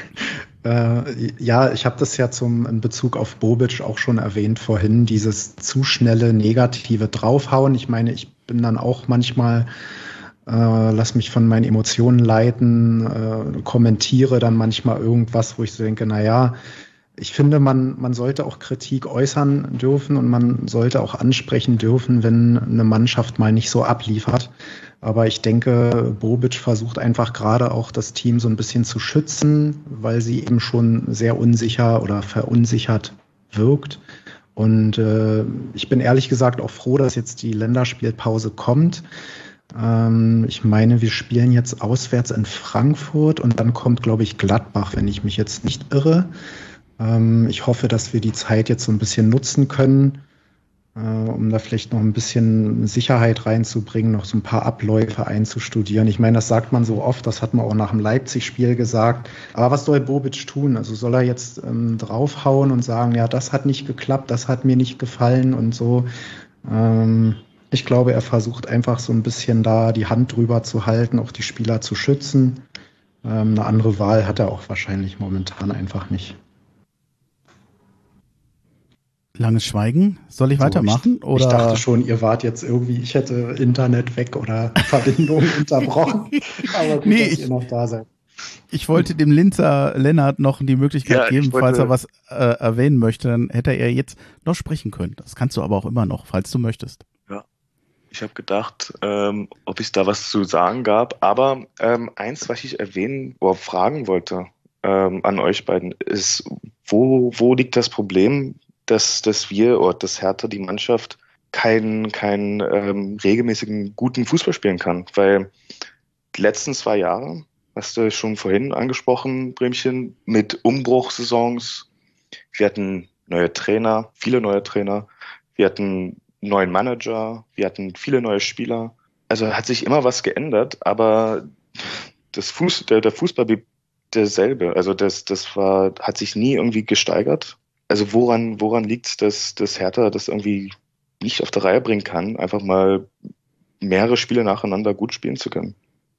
äh, ja, ich habe das ja zum in Bezug auf Bobic auch schon erwähnt vorhin, dieses zu schnelle negative Draufhauen. Ich meine, ich bin dann auch manchmal, äh, lass mich von meinen Emotionen leiten, äh, kommentiere dann manchmal irgendwas, wo ich so denke, na ja, ich finde, man, man sollte auch Kritik äußern dürfen und man sollte auch ansprechen dürfen, wenn eine Mannschaft mal nicht so abliefert. Aber ich denke, Bobic versucht einfach gerade auch das Team so ein bisschen zu schützen, weil sie eben schon sehr unsicher oder verunsichert wirkt. Und äh, ich bin ehrlich gesagt auch froh, dass jetzt die Länderspielpause kommt. Ähm, ich meine, wir spielen jetzt auswärts in Frankfurt und dann kommt, glaube ich, Gladbach, wenn ich mich jetzt nicht irre. Ich hoffe, dass wir die Zeit jetzt so ein bisschen nutzen können, äh, um da vielleicht noch ein bisschen Sicherheit reinzubringen, noch so ein paar Abläufe einzustudieren. Ich meine, das sagt man so oft, das hat man auch nach dem Leipzig-Spiel gesagt. Aber was soll Bobic tun? Also soll er jetzt ähm, draufhauen und sagen, ja, das hat nicht geklappt, das hat mir nicht gefallen und so. Ähm, ich glaube, er versucht einfach so ein bisschen da die Hand drüber zu halten, auch die Spieler zu schützen. Ähm, eine andere Wahl hat er auch wahrscheinlich momentan einfach nicht. Langes Schweigen. Soll ich so, weitermachen? Ich, oder? ich dachte schon, ihr wart jetzt irgendwie, ich hätte Internet weg oder Verbindung unterbrochen. Aber gut, nee, dass ich, ihr noch da seid. Ich wollte dem Linzer Lennart noch die Möglichkeit ja, geben, wollte, falls er was äh, erwähnen möchte, dann hätte er jetzt noch sprechen können. Das kannst du aber auch immer noch, falls du möchtest. Ja, ich habe gedacht, ähm, ob es da was zu sagen gab. Aber ähm, eins, was ich erwähnen oder fragen wollte ähm, an euch beiden, ist, wo, wo liegt das Problem, dass, dass wir oder dass Hertha die Mannschaft keinen keinen ähm, regelmäßigen guten Fußball spielen kann? Weil die letzten zwei Jahre, hast du schon vorhin angesprochen, Bremchen, mit Umbruchsaisons, wir hatten neue Trainer, viele neue Trainer, wir hatten einen neuen Manager, wir hatten viele neue Spieler. Also hat sich immer was geändert, aber das Fuß, der, der Fußball blieb derselbe. Also das, das war, hat sich nie irgendwie gesteigert. Also woran, woran liegt es, dass, dass Hertha das irgendwie nicht auf der Reihe bringen kann, einfach mal mehrere Spiele nacheinander gut spielen zu können?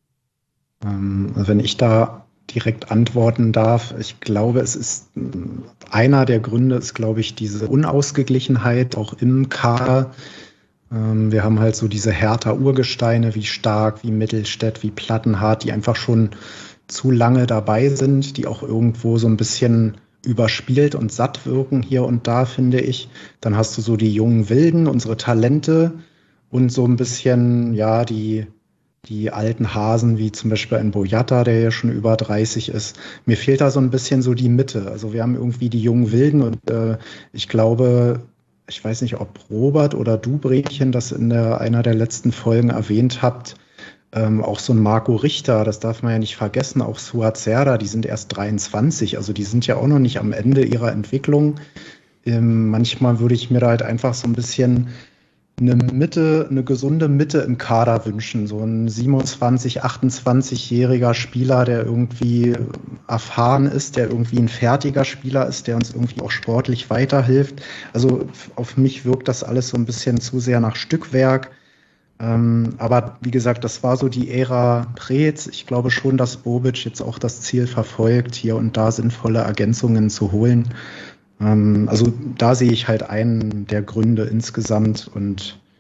Ähm, wenn ich da direkt antworten darf, ich glaube, es ist einer der Gründe, ist, glaube ich, diese Unausgeglichenheit auch im Kader. Ähm, wir haben halt so diese Hertha-Urgesteine wie Stark, wie Mittelstädt, wie Plattenhardt, die einfach schon zu lange dabei sind, die auch irgendwo so ein bisschen überspielt und satt wirken hier und da, finde ich. Dann hast du so die jungen Wilden, unsere Talente und so ein bisschen, ja, die, die alten Hasen, wie zum Beispiel ein Boyata, der ja schon über dreißig ist. Mir fehlt da so ein bisschen so die Mitte. Also wir haben irgendwie die jungen Wilden und äh, ich glaube, ich weiß nicht, ob Robert oder du, Bremchen, das in der, einer der letzten Folgen erwähnt habt, Ähm, auch so ein Marco Richter, das darf man ja nicht vergessen, auch Suat Serdar, die sind erst dreiundzwanzig, also die sind ja auch noch nicht am Ende ihrer Entwicklung. Ähm, manchmal würde ich mir da halt einfach so ein bisschen eine Mitte, eine gesunde Mitte im Kader wünschen. So ein siebenundzwanzig-, achtundzwanzigjähriger Spieler, der irgendwie erfahren ist, der irgendwie ein fertiger Spieler ist, der uns irgendwie auch sportlich weiterhilft. Also auf mich wirkt das alles so ein bisschen zu sehr nach Stückwerk. Ähm, aber wie gesagt, das war so die Ära Preetz. Ich glaube schon, dass Bobic jetzt auch das Ziel verfolgt, hier und da sinnvolle Ergänzungen zu holen. Ähm, also da sehe ich halt einen der Gründe insgesamt. Und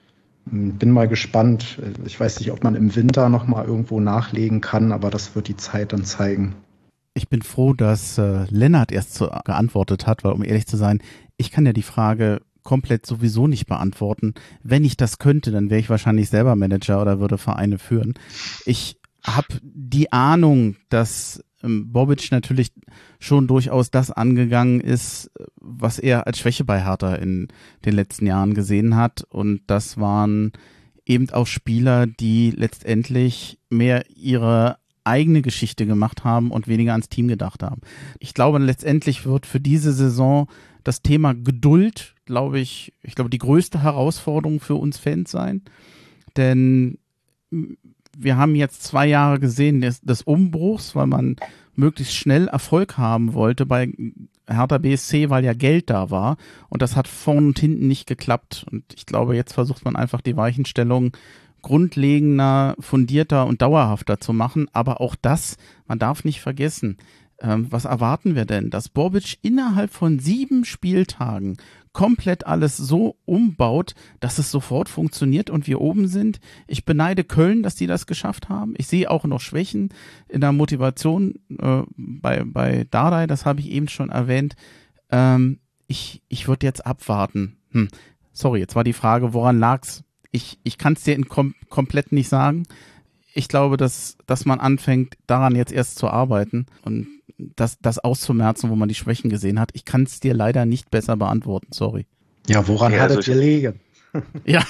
Bin mal gespannt. Ich weiß nicht, ob man im Winter noch mal irgendwo nachlegen kann, aber das wird die Zeit dann zeigen. Ich bin froh, dass äh, Lennart erst so geantwortet hat, weil um ehrlich zu sein, ich kann ja die Frage komplett sowieso nicht beantworten. Wenn ich das könnte, dann wäre ich wahrscheinlich selber Manager oder würde Vereine führen. Ich habe die Ahnung, dass ähm, Bobic natürlich schon durchaus das angegangen ist, was er als Schwäche bei Hertha in den letzten Jahren gesehen hat. Und das waren eben auch Spieler, die letztendlich mehr ihre eigene Geschichte gemacht haben und weniger ans Team gedacht haben. Ich glaube, letztendlich wird für diese Saison das Thema Geduld, glaube ich, ich glaube, die größte Herausforderung für uns Fans sein. Denn wir haben jetzt zwei Jahre gesehen des, des Umbruchs, weil man möglichst schnell Erfolg haben wollte bei Hertha B S C, weil ja Geld da war. Und das hat vorn und hinten nicht geklappt. Und ich glaube, jetzt versucht man einfach die Weichenstellung grundlegender, fundierter und dauerhafter zu machen. Aber auch das, man darf nicht vergessen, ähm, was erwarten wir denn? Dass Bobic innerhalb von sieben Spieltagen komplett alles so umbaut, dass es sofort funktioniert und wir oben sind. Ich beneide Köln, dass die das geschafft haben. Ich sehe auch noch Schwächen in der Motivation äh, bei, bei Dardai, das habe ich eben schon erwähnt. Ähm, ich ich würde jetzt abwarten. Hm. Sorry, jetzt war die Frage, woran lag's? Ich, ich kann es dir in kom- komplett nicht sagen. Ich glaube, dass, dass man anfängt, daran jetzt erst zu arbeiten und das, das auszumerzen, wo man die Schwächen gesehen hat. Ich kann es dir leider nicht besser beantworten, sorry. Ja, woran ja, hat also es gelegen? Ja.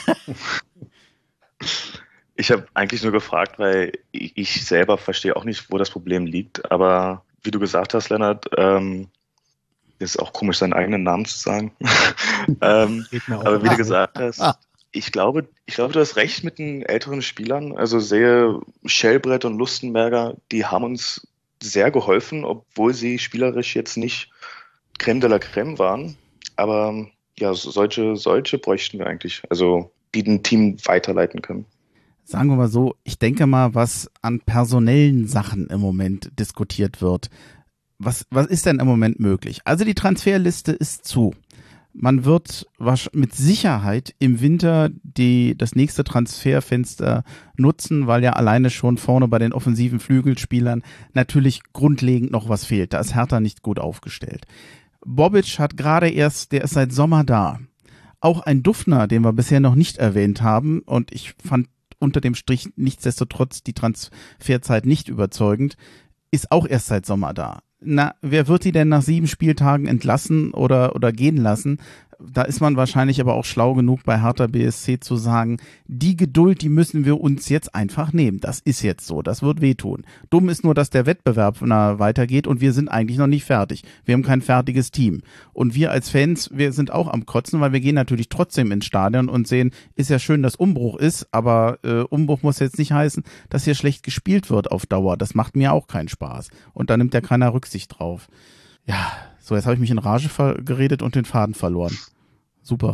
Ich habe eigentlich nur gefragt, weil ich selber verstehe auch nicht, wo das Problem liegt. Aber wie du gesagt hast, Lennart, ähm, ist auch komisch, seinen eigenen Namen zu sagen. ähm, aber wie du gesagt hast, ich glaube, ich glaube, du hast recht mit den älteren Spielern. Also sehe Schellbrett und Lustenberger, die haben uns sehr geholfen, obwohl sie spielerisch jetzt nicht Crème de la Crème waren. Aber ja, solche, solche bräuchten wir eigentlich. Also die ein Team weiterleiten können. Sagen wir mal so, ich denke mal, was an personellen Sachen im Moment diskutiert wird. Was, was ist denn im Moment möglich? Also die Transferliste ist zu. Man wird mit Sicherheit im Winter die, das nächste Transferfenster nutzen, weil ja alleine schon vorne bei den offensiven Flügelspielern natürlich grundlegend noch was fehlt. Da ist Hertha nicht gut aufgestellt. Bobic hat gerade erst, der ist seit Sommer da. Auch ein Dufner, den wir bisher noch nicht erwähnt haben, und ich fand unter dem Strich nichtsdestotrotz die Transferzeit nicht überzeugend, ist auch erst seit Sommer da. Na, wer wird die denn nach sieben Spieltagen entlassen oder, oder gehen lassen? Da ist man wahrscheinlich aber auch schlau genug bei Hertha B S C zu sagen, die Geduld, die müssen wir uns jetzt einfach nehmen. Das ist jetzt so, das wird wehtun. Dumm ist nur, dass der Wettbewerb na, weitergeht und wir sind eigentlich noch nicht fertig. Wir haben kein fertiges Team. Und wir als Fans, wir sind auch am Kotzen, weil wir gehen natürlich trotzdem ins Stadion und sehen, ist ja schön, dass Umbruch ist, aber äh, Umbruch muss jetzt nicht heißen, dass hier schlecht gespielt wird auf Dauer. Das macht mir auch keinen Spaß. Und da nimmt ja keiner Rücksicht drauf. Ja, so, jetzt habe ich mich in Rage ver- geredet und den Faden verloren. Super.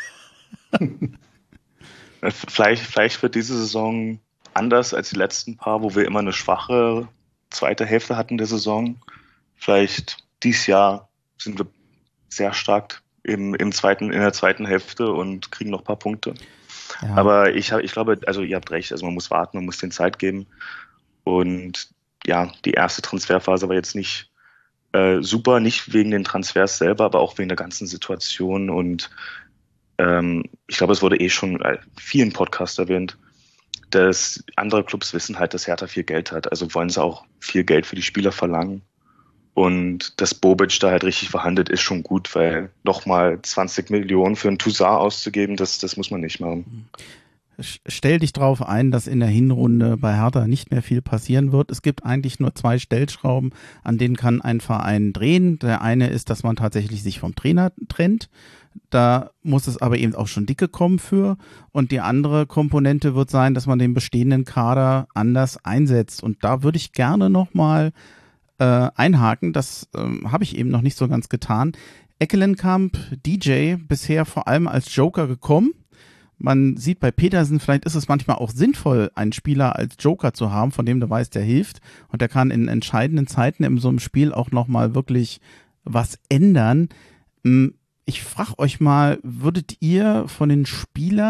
Vielleicht, vielleicht wird diese Saison anders als die letzten paar, wo wir immer eine schwache zweite Hälfte hatten der Saison. Vielleicht dieses Jahr sind wir sehr stark im, im zweiten, in der zweiten Hälfte und kriegen noch ein paar Punkte. Ja. Aber ich, ich glaube, also ihr habt recht, also man muss warten, man muss den Zeit geben. Und ja, die erste Transferphase war jetzt nicht Äh, super, nicht wegen den Transfers selber, aber auch wegen der ganzen Situation und ähm, ich glaube, es wurde eh schon in vielen Podcasts erwähnt, dass andere Clubs wissen halt, dass Hertha viel Geld hat, also wollen sie auch viel Geld für die Spieler verlangen und dass Bobic da halt richtig verhandelt, ist schon gut, weil nochmal zwanzig Millionen für einen Toussaint auszugeben, das, das muss man nicht machen. Stell dich drauf ein, dass in der Hinrunde bei Hertha nicht mehr viel passieren wird. Es gibt eigentlich nur zwei Stellschrauben, an denen kann ein Verein drehen. Der eine ist, dass man tatsächlich sich vom Trainer trennt. Da muss es aber eben auch schon dicke kommen für. Und die andere Komponente wird sein, dass man den bestehenden Kader anders einsetzt. Und da würde ich gerne nochmal äh, einhaken. Das äh, habe ich eben noch nicht so ganz getan. Eckelenkamp, D J, bisher vor allem als Joker gekommen. Man sieht bei Petersen, vielleicht ist es manchmal auch sinnvoll, einen Spieler als Joker zu haben, von dem du weißt, der hilft und der kann in entscheidenden Zeiten in so einem Spiel auch nochmal wirklich was ändern. Ich frage euch mal, würdet ihr von den Spielern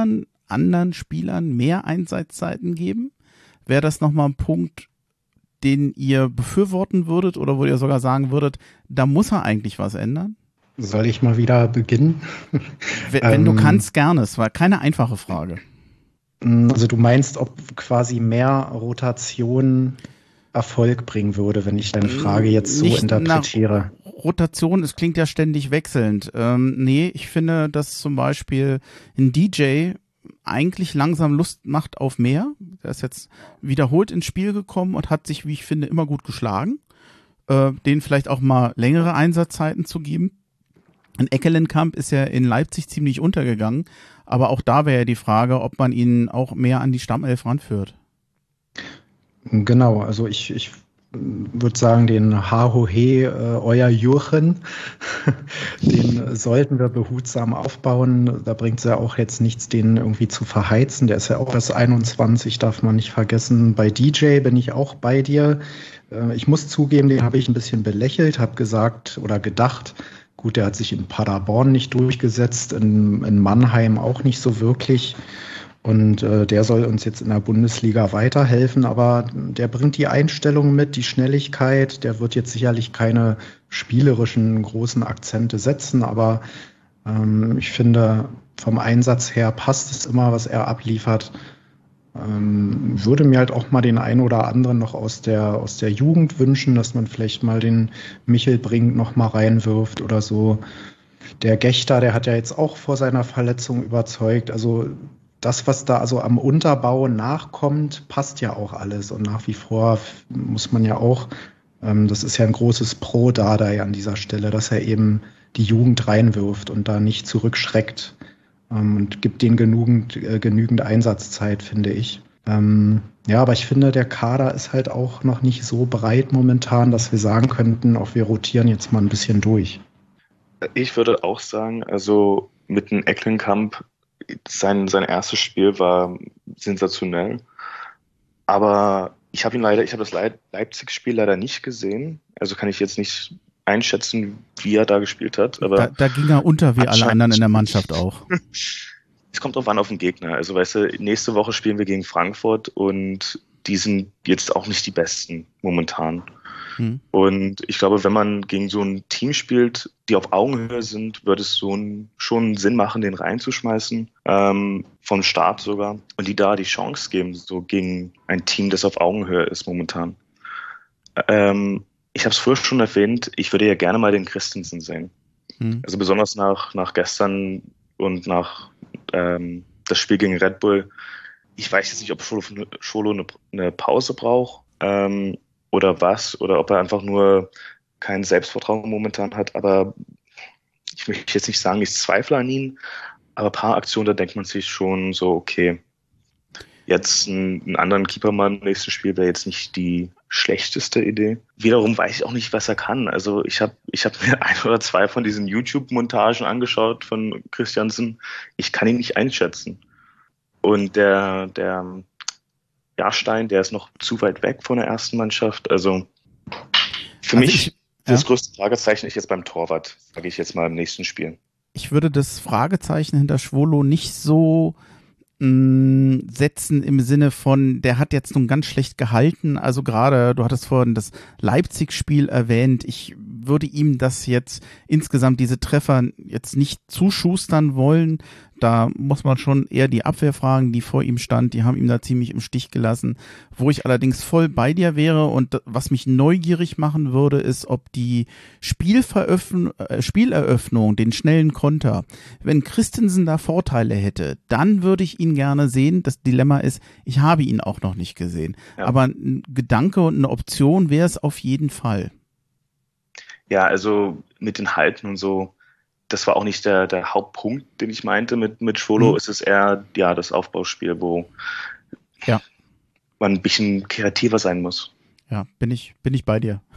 anderen Spielern mehr Einsatzzeiten geben? Wäre das nochmal ein Punkt, den ihr befürworten würdet oder wo ihr sogar sagen würdet, da muss er eigentlich was ändern? Soll ich mal wieder beginnen? Wenn, wenn ähm, du kannst, gerne. Es war keine einfache Frage. Also du meinst, ob quasi mehr Rotation Erfolg bringen würde, wenn ich deine Frage jetzt so Nicht interpretiere. Rotation, es klingt ja ständig wechselnd. Ähm, nee, ich finde, dass zum Beispiel ein D J eigentlich langsam Lust macht auf mehr. Der ist jetzt wiederholt ins Spiel gekommen und hat sich, wie ich finde, immer gut geschlagen. Äh, denen vielleicht auch mal längere Einsatzzeiten zu geben. Ein Eckelenkamp ist ja in Leipzig ziemlich untergegangen, aber auch da wäre ja die Frage, ob man ihn auch mehr an die Stammelf ranführt. Genau, also ich, ich würde sagen, den Hahohe, äh, euer Jurchen, den sollten wir behutsam aufbauen. Da bringt es ja auch jetzt nichts, den irgendwie zu verheizen. Der ist ja auch erst einundzwanzig, darf man nicht vergessen. Bei D J bin ich auch bei dir. Äh, ich muss zugeben, den habe ich ein bisschen belächelt, habe gesagt oder gedacht, gut, der hat sich in Paderborn nicht durchgesetzt, in, in Mannheim auch nicht so wirklich. Und äh, der soll uns jetzt in der Bundesliga weiterhelfen, aber der bringt die Einstellung mit, die Schnelligkeit. Der wird jetzt sicherlich keine spielerischen großen Akzente setzen, aber ähm, ich finde, vom Einsatz her passt es immer, was er abliefert. Ähm, würde mir halt auch mal den einen oder anderen noch aus der, aus der Jugend wünschen, dass man vielleicht mal den Michel Brink noch mal reinwirft oder so. Der Gechter, der hat ja jetzt auch vor seiner Verletzung überzeugt. Also das, was da also am Unterbau nachkommt, passt ja auch alles. Und nach wie vor muss man ja auch, ähm, das ist ja ein großes Pro Dardai an dieser Stelle, dass er eben die Jugend reinwirft und da nicht zurückschreckt. Ähm, und gibt denen genügend, äh, genügend Einsatzzeit, finde ich. Ähm, ja, aber ich finde, der Kader ist halt auch noch nicht so breit momentan, dass wir sagen könnten, auch wir rotieren jetzt mal ein bisschen durch. Ich würde auch sagen, also mit dem Eckelenkamp, sein, sein erstes Spiel war sensationell. Aber ich habe ihn leider, ich habe das Leipzig-Spiel leider nicht gesehen. Also kann ich jetzt nicht einschätzen, wie er da gespielt hat. Aber da, da ging er unter, wie alle anderen in der Mannschaft auch. Es kommt drauf an auf den Gegner. Also weißt du, nächste Woche spielen wir gegen Frankfurt und die sind jetzt auch nicht die Besten momentan. Hm. Und ich glaube, wenn man gegen so ein Team spielt, die auf Augenhöhe sind, würde es so ein, schon Sinn machen, den reinzuschmeißen, ähm, vom Start sogar, und die da die Chance geben, so gegen ein Team, das auf Augenhöhe ist momentan. Ähm, ich habe es früher schon erwähnt, ich würde ja gerne mal den Christensen sehen. Hm. Also besonders nach, nach gestern und nach ähm, das Spiel gegen Red Bull. Ich weiß jetzt nicht, ob Scholo, Scholo eine, eine Pause braucht, ähm, oder was, oder ob er einfach nur kein Selbstvertrauen momentan hat, aber ich möchte jetzt nicht sagen, ich zweifle an ihn, aber ein paar Aktionen, da denkt man sich schon so, okay, jetzt einen, einen anderen Keepermann im nächsten Spiel wäre jetzt nicht die schlechteste Idee. Wiederum weiß ich auch nicht, was er kann. Also ich habe ich hab mir ein oder zwei von diesen YouTube-Montagen angeschaut von Christiansen. Ich kann ihn nicht einschätzen. Und der, der Jahrstein, der ist noch zu weit weg von der ersten Mannschaft. Also für also mich ich, das ja. größte Fragezeichen ist jetzt beim Torwart, sage ich jetzt mal im nächsten Spiel. Ich würde das Fragezeichen hinter Schwolo nicht so mh, setzen im Sinne von, der hat jetzt nun ganz schlecht gehalten. Also gerade, du hattest vorhin das Leipzig-Spiel erwähnt. Ich würde ihm das jetzt insgesamt, diese Treffer jetzt nicht zuschustern wollen. Da muss man schon eher die Abwehr fragen, die vor ihm stand, die haben ihn da ziemlich im Stich gelassen. Wo ich allerdings voll bei dir wäre und was mich neugierig machen würde, ist, ob die Spielveröffn- äh, Spieleröffnung, den schnellen Konter, wenn Christensen da Vorteile hätte, dann würde ich ihn gerne sehen. Das Dilemma ist, ich habe ihn auch noch nicht gesehen. Ja. Aber ein Gedanke und eine Option wäre es auf jeden Fall. Ja, also mit den Halten und so, das war auch nicht der, der Hauptpunkt, den ich meinte mit, mit Schwolo. Mhm. Es ist eher ja, das Aufbauspiel, wo ja. man ein bisschen kreativer sein muss. Ja, bin ich, bin ich bei dir.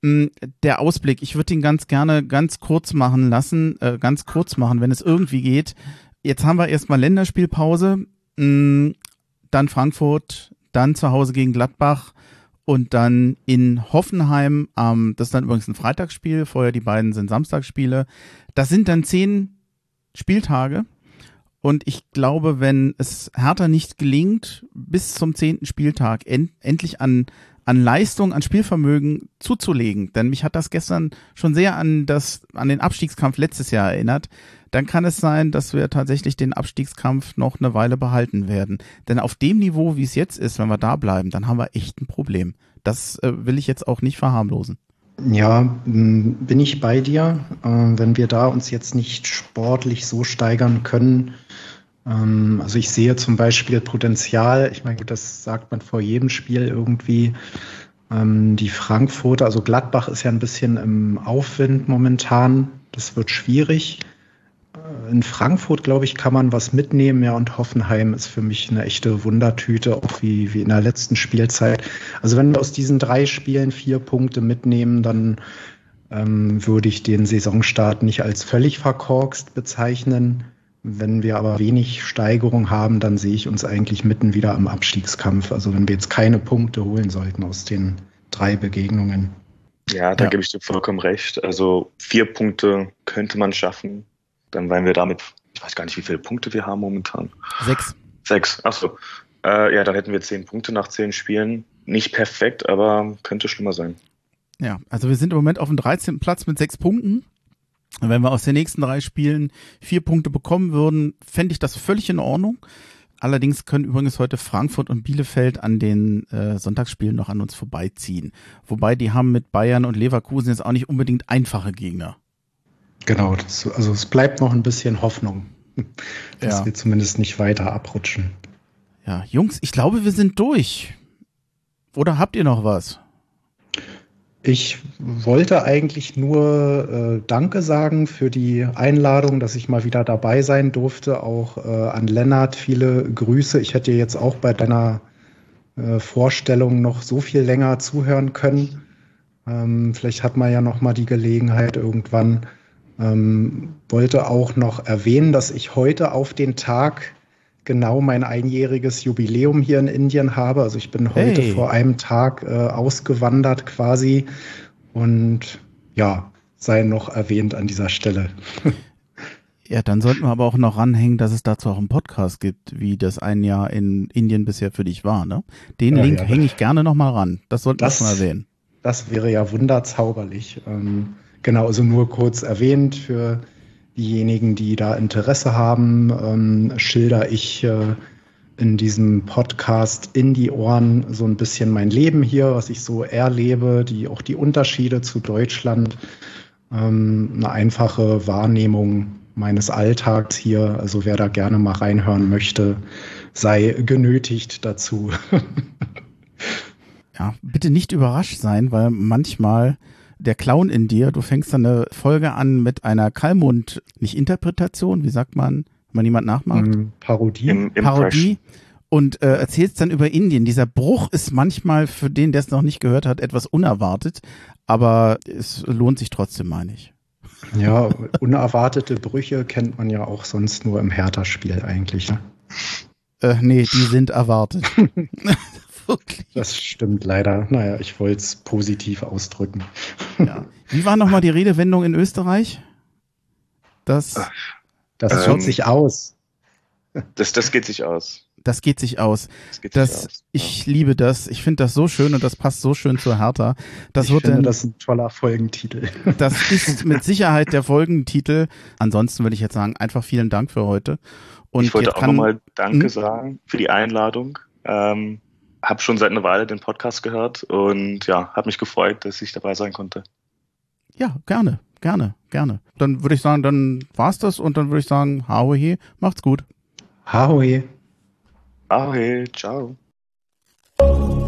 Der Ausblick, ich würde ihn ganz gerne ganz kurz machen lassen, äh, ganz kurz machen, wenn es irgendwie geht. Jetzt haben wir erstmal Länderspielpause, mh, dann Frankfurt, dann zu Hause gegen Gladbach und dann in Hoffenheim, ähm, das ist dann übrigens ein Freitagsspiel, vorher die beiden sind Samstagsspiele. Das sind dann zehn Spieltage Und ich glaube, wenn es Hertha nicht gelingt, bis zum zehnten Spieltag end, endlich an, an Leistung, an Spielvermögen zuzulegen, denn mich hat das gestern schon sehr an das, an den Abstiegskampf letztes Jahr erinnert, dann kann es sein, dass wir tatsächlich den Abstiegskampf noch eine Weile behalten werden. Denn auf dem Niveau, wie es jetzt ist, wenn wir da bleiben, dann haben wir echt ein Problem. Das äh, will ich jetzt auch nicht verharmlosen. Ja, bin ich bei dir. Äh, wenn wir da uns jetzt nicht sportlich so steigern können, ähm, also ich sehe zum Beispiel Potenzial, ich meine, das sagt man vor jedem Spiel irgendwie, ähm, die Frankfurter, also Gladbach ist ja ein bisschen im Aufwind momentan, das wird schwierig. In Frankfurt, glaube ich, kann man was mitnehmen, ja, und Hoffenheim ist für mich eine echte Wundertüte, auch wie, wie in der letzten Spielzeit. Also wenn wir aus diesen drei Spielen vier Punkte mitnehmen, dann ähm, würde ich den Saisonstart nicht als völlig verkorkst bezeichnen. Wenn wir aber wenig Steigerung haben, dann sehe ich uns eigentlich mitten wieder am Abstiegskampf. Also wenn wir jetzt keine Punkte holen sollten aus den drei Begegnungen. Ja, da Ja. gebe ich dir vollkommen recht. Also vier Punkte könnte man schaffen. Dann wären wir damit, ich weiß gar nicht, wie viele Punkte wir haben momentan. Sechs. Sechs, achso. Äh, ja, dann hätten wir zehn Punkte nach zehn Spielen. Nicht perfekt, aber könnte schlimmer sein. Ja, also wir sind im Moment auf dem dreizehnten Platz mit sechs Punkten. Wenn wir aus den nächsten drei Spielen vier Punkte bekommen würden, fände ich das völlig in Ordnung. Allerdings können übrigens heute Frankfurt und Bielefeld an den äh, Sonntagsspielen noch an uns vorbeiziehen. Wobei die haben mit Bayern und Leverkusen jetzt auch nicht unbedingt einfache Gegner. Genau, das, also es bleibt noch ein bisschen Hoffnung, dass Ja. wir zumindest nicht weiter abrutschen. Ja, Jungs, ich glaube, wir sind durch. Oder habt ihr noch was? Ich wollte eigentlich nur äh, Danke sagen für die Einladung, dass ich mal wieder dabei sein durfte. Auch äh, an Lennart viele Grüße. Ich hätte jetzt auch bei deiner äh, Vorstellung noch so viel länger zuhören können. Ähm, vielleicht hat man ja noch mal die Gelegenheit irgendwann. Ähm, wollte auch noch erwähnen, dass ich heute auf den Tag genau mein einjähriges Jubiläum hier in Indien habe. Also ich bin heute Hey. vor einem Tag äh, ausgewandert quasi und ja, sei noch erwähnt an dieser Stelle. Ja, dann sollten wir aber auch noch ranhängen, dass es dazu auch einen Podcast gibt, wie das ein Jahr in Indien bisher für dich war. Ne? Den Ja, Link ja. hänge ich gerne nochmal ran. Das sollten Das- wir schon erwähnen. Das wäre ja wunderzauberlich. Ähm, genau, also nur kurz erwähnt für diejenigen, die da Interesse haben, ähm, schilder ich äh, in diesem Podcast in die Ohren so ein bisschen mein Leben hier, was ich so erlebe, die auch die Unterschiede zu Deutschland, ähm, eine einfache Wahrnehmung meines Alltags hier. Also wer da gerne mal reinhören möchte, sei genötigt dazu. Ja, bitte nicht überrascht sein, weil manchmal der Clown in dir, du fängst dann eine Folge an mit einer Kalmund, nicht Interpretation, wie sagt man, wenn man jemand nachmacht? Ähm, Parodie. Im, im Parodie und äh, erzählst dann über Indien. Dieser Bruch ist manchmal für den, der es noch nicht gehört hat, etwas unerwartet, aber es lohnt sich trotzdem, meine ich. Ja, unerwartete Brüche kennt man ja auch sonst nur im Hertha-Spiel eigentlich. Ne? Äh, nee, die sind erwartet. Wirklich. Das stimmt leider. Naja, ich wollte es positiv ausdrücken. Ja. Wie war nochmal die Redewendung in Österreich? Das, Das Ähm, schaut sich aus. Das, das geht sich aus. das geht sich aus. Das geht Das, sich aus. ich liebe das. Ich finde das so schön und das passt so schön zur Hertha. Das ich wird finde, dann, das ist ein toller Folgentitel. das ist mit Sicherheit der Folgentitel. Ansonsten würde ich jetzt sagen, einfach vielen Dank für heute. Und Ich wollte jetzt auch kann, nochmal Danke Hm? sagen für die Einladung. Ähm, habe schon seit einer Weile den Podcast gehört und ja, habe mich gefreut, dass ich dabei sein konnte. Ja, gerne, gerne, gerne. Dann würde ich sagen, dann war's das und dann würde ich sagen, Haohe, macht's gut. Ahoi. Ah, hey, ciao.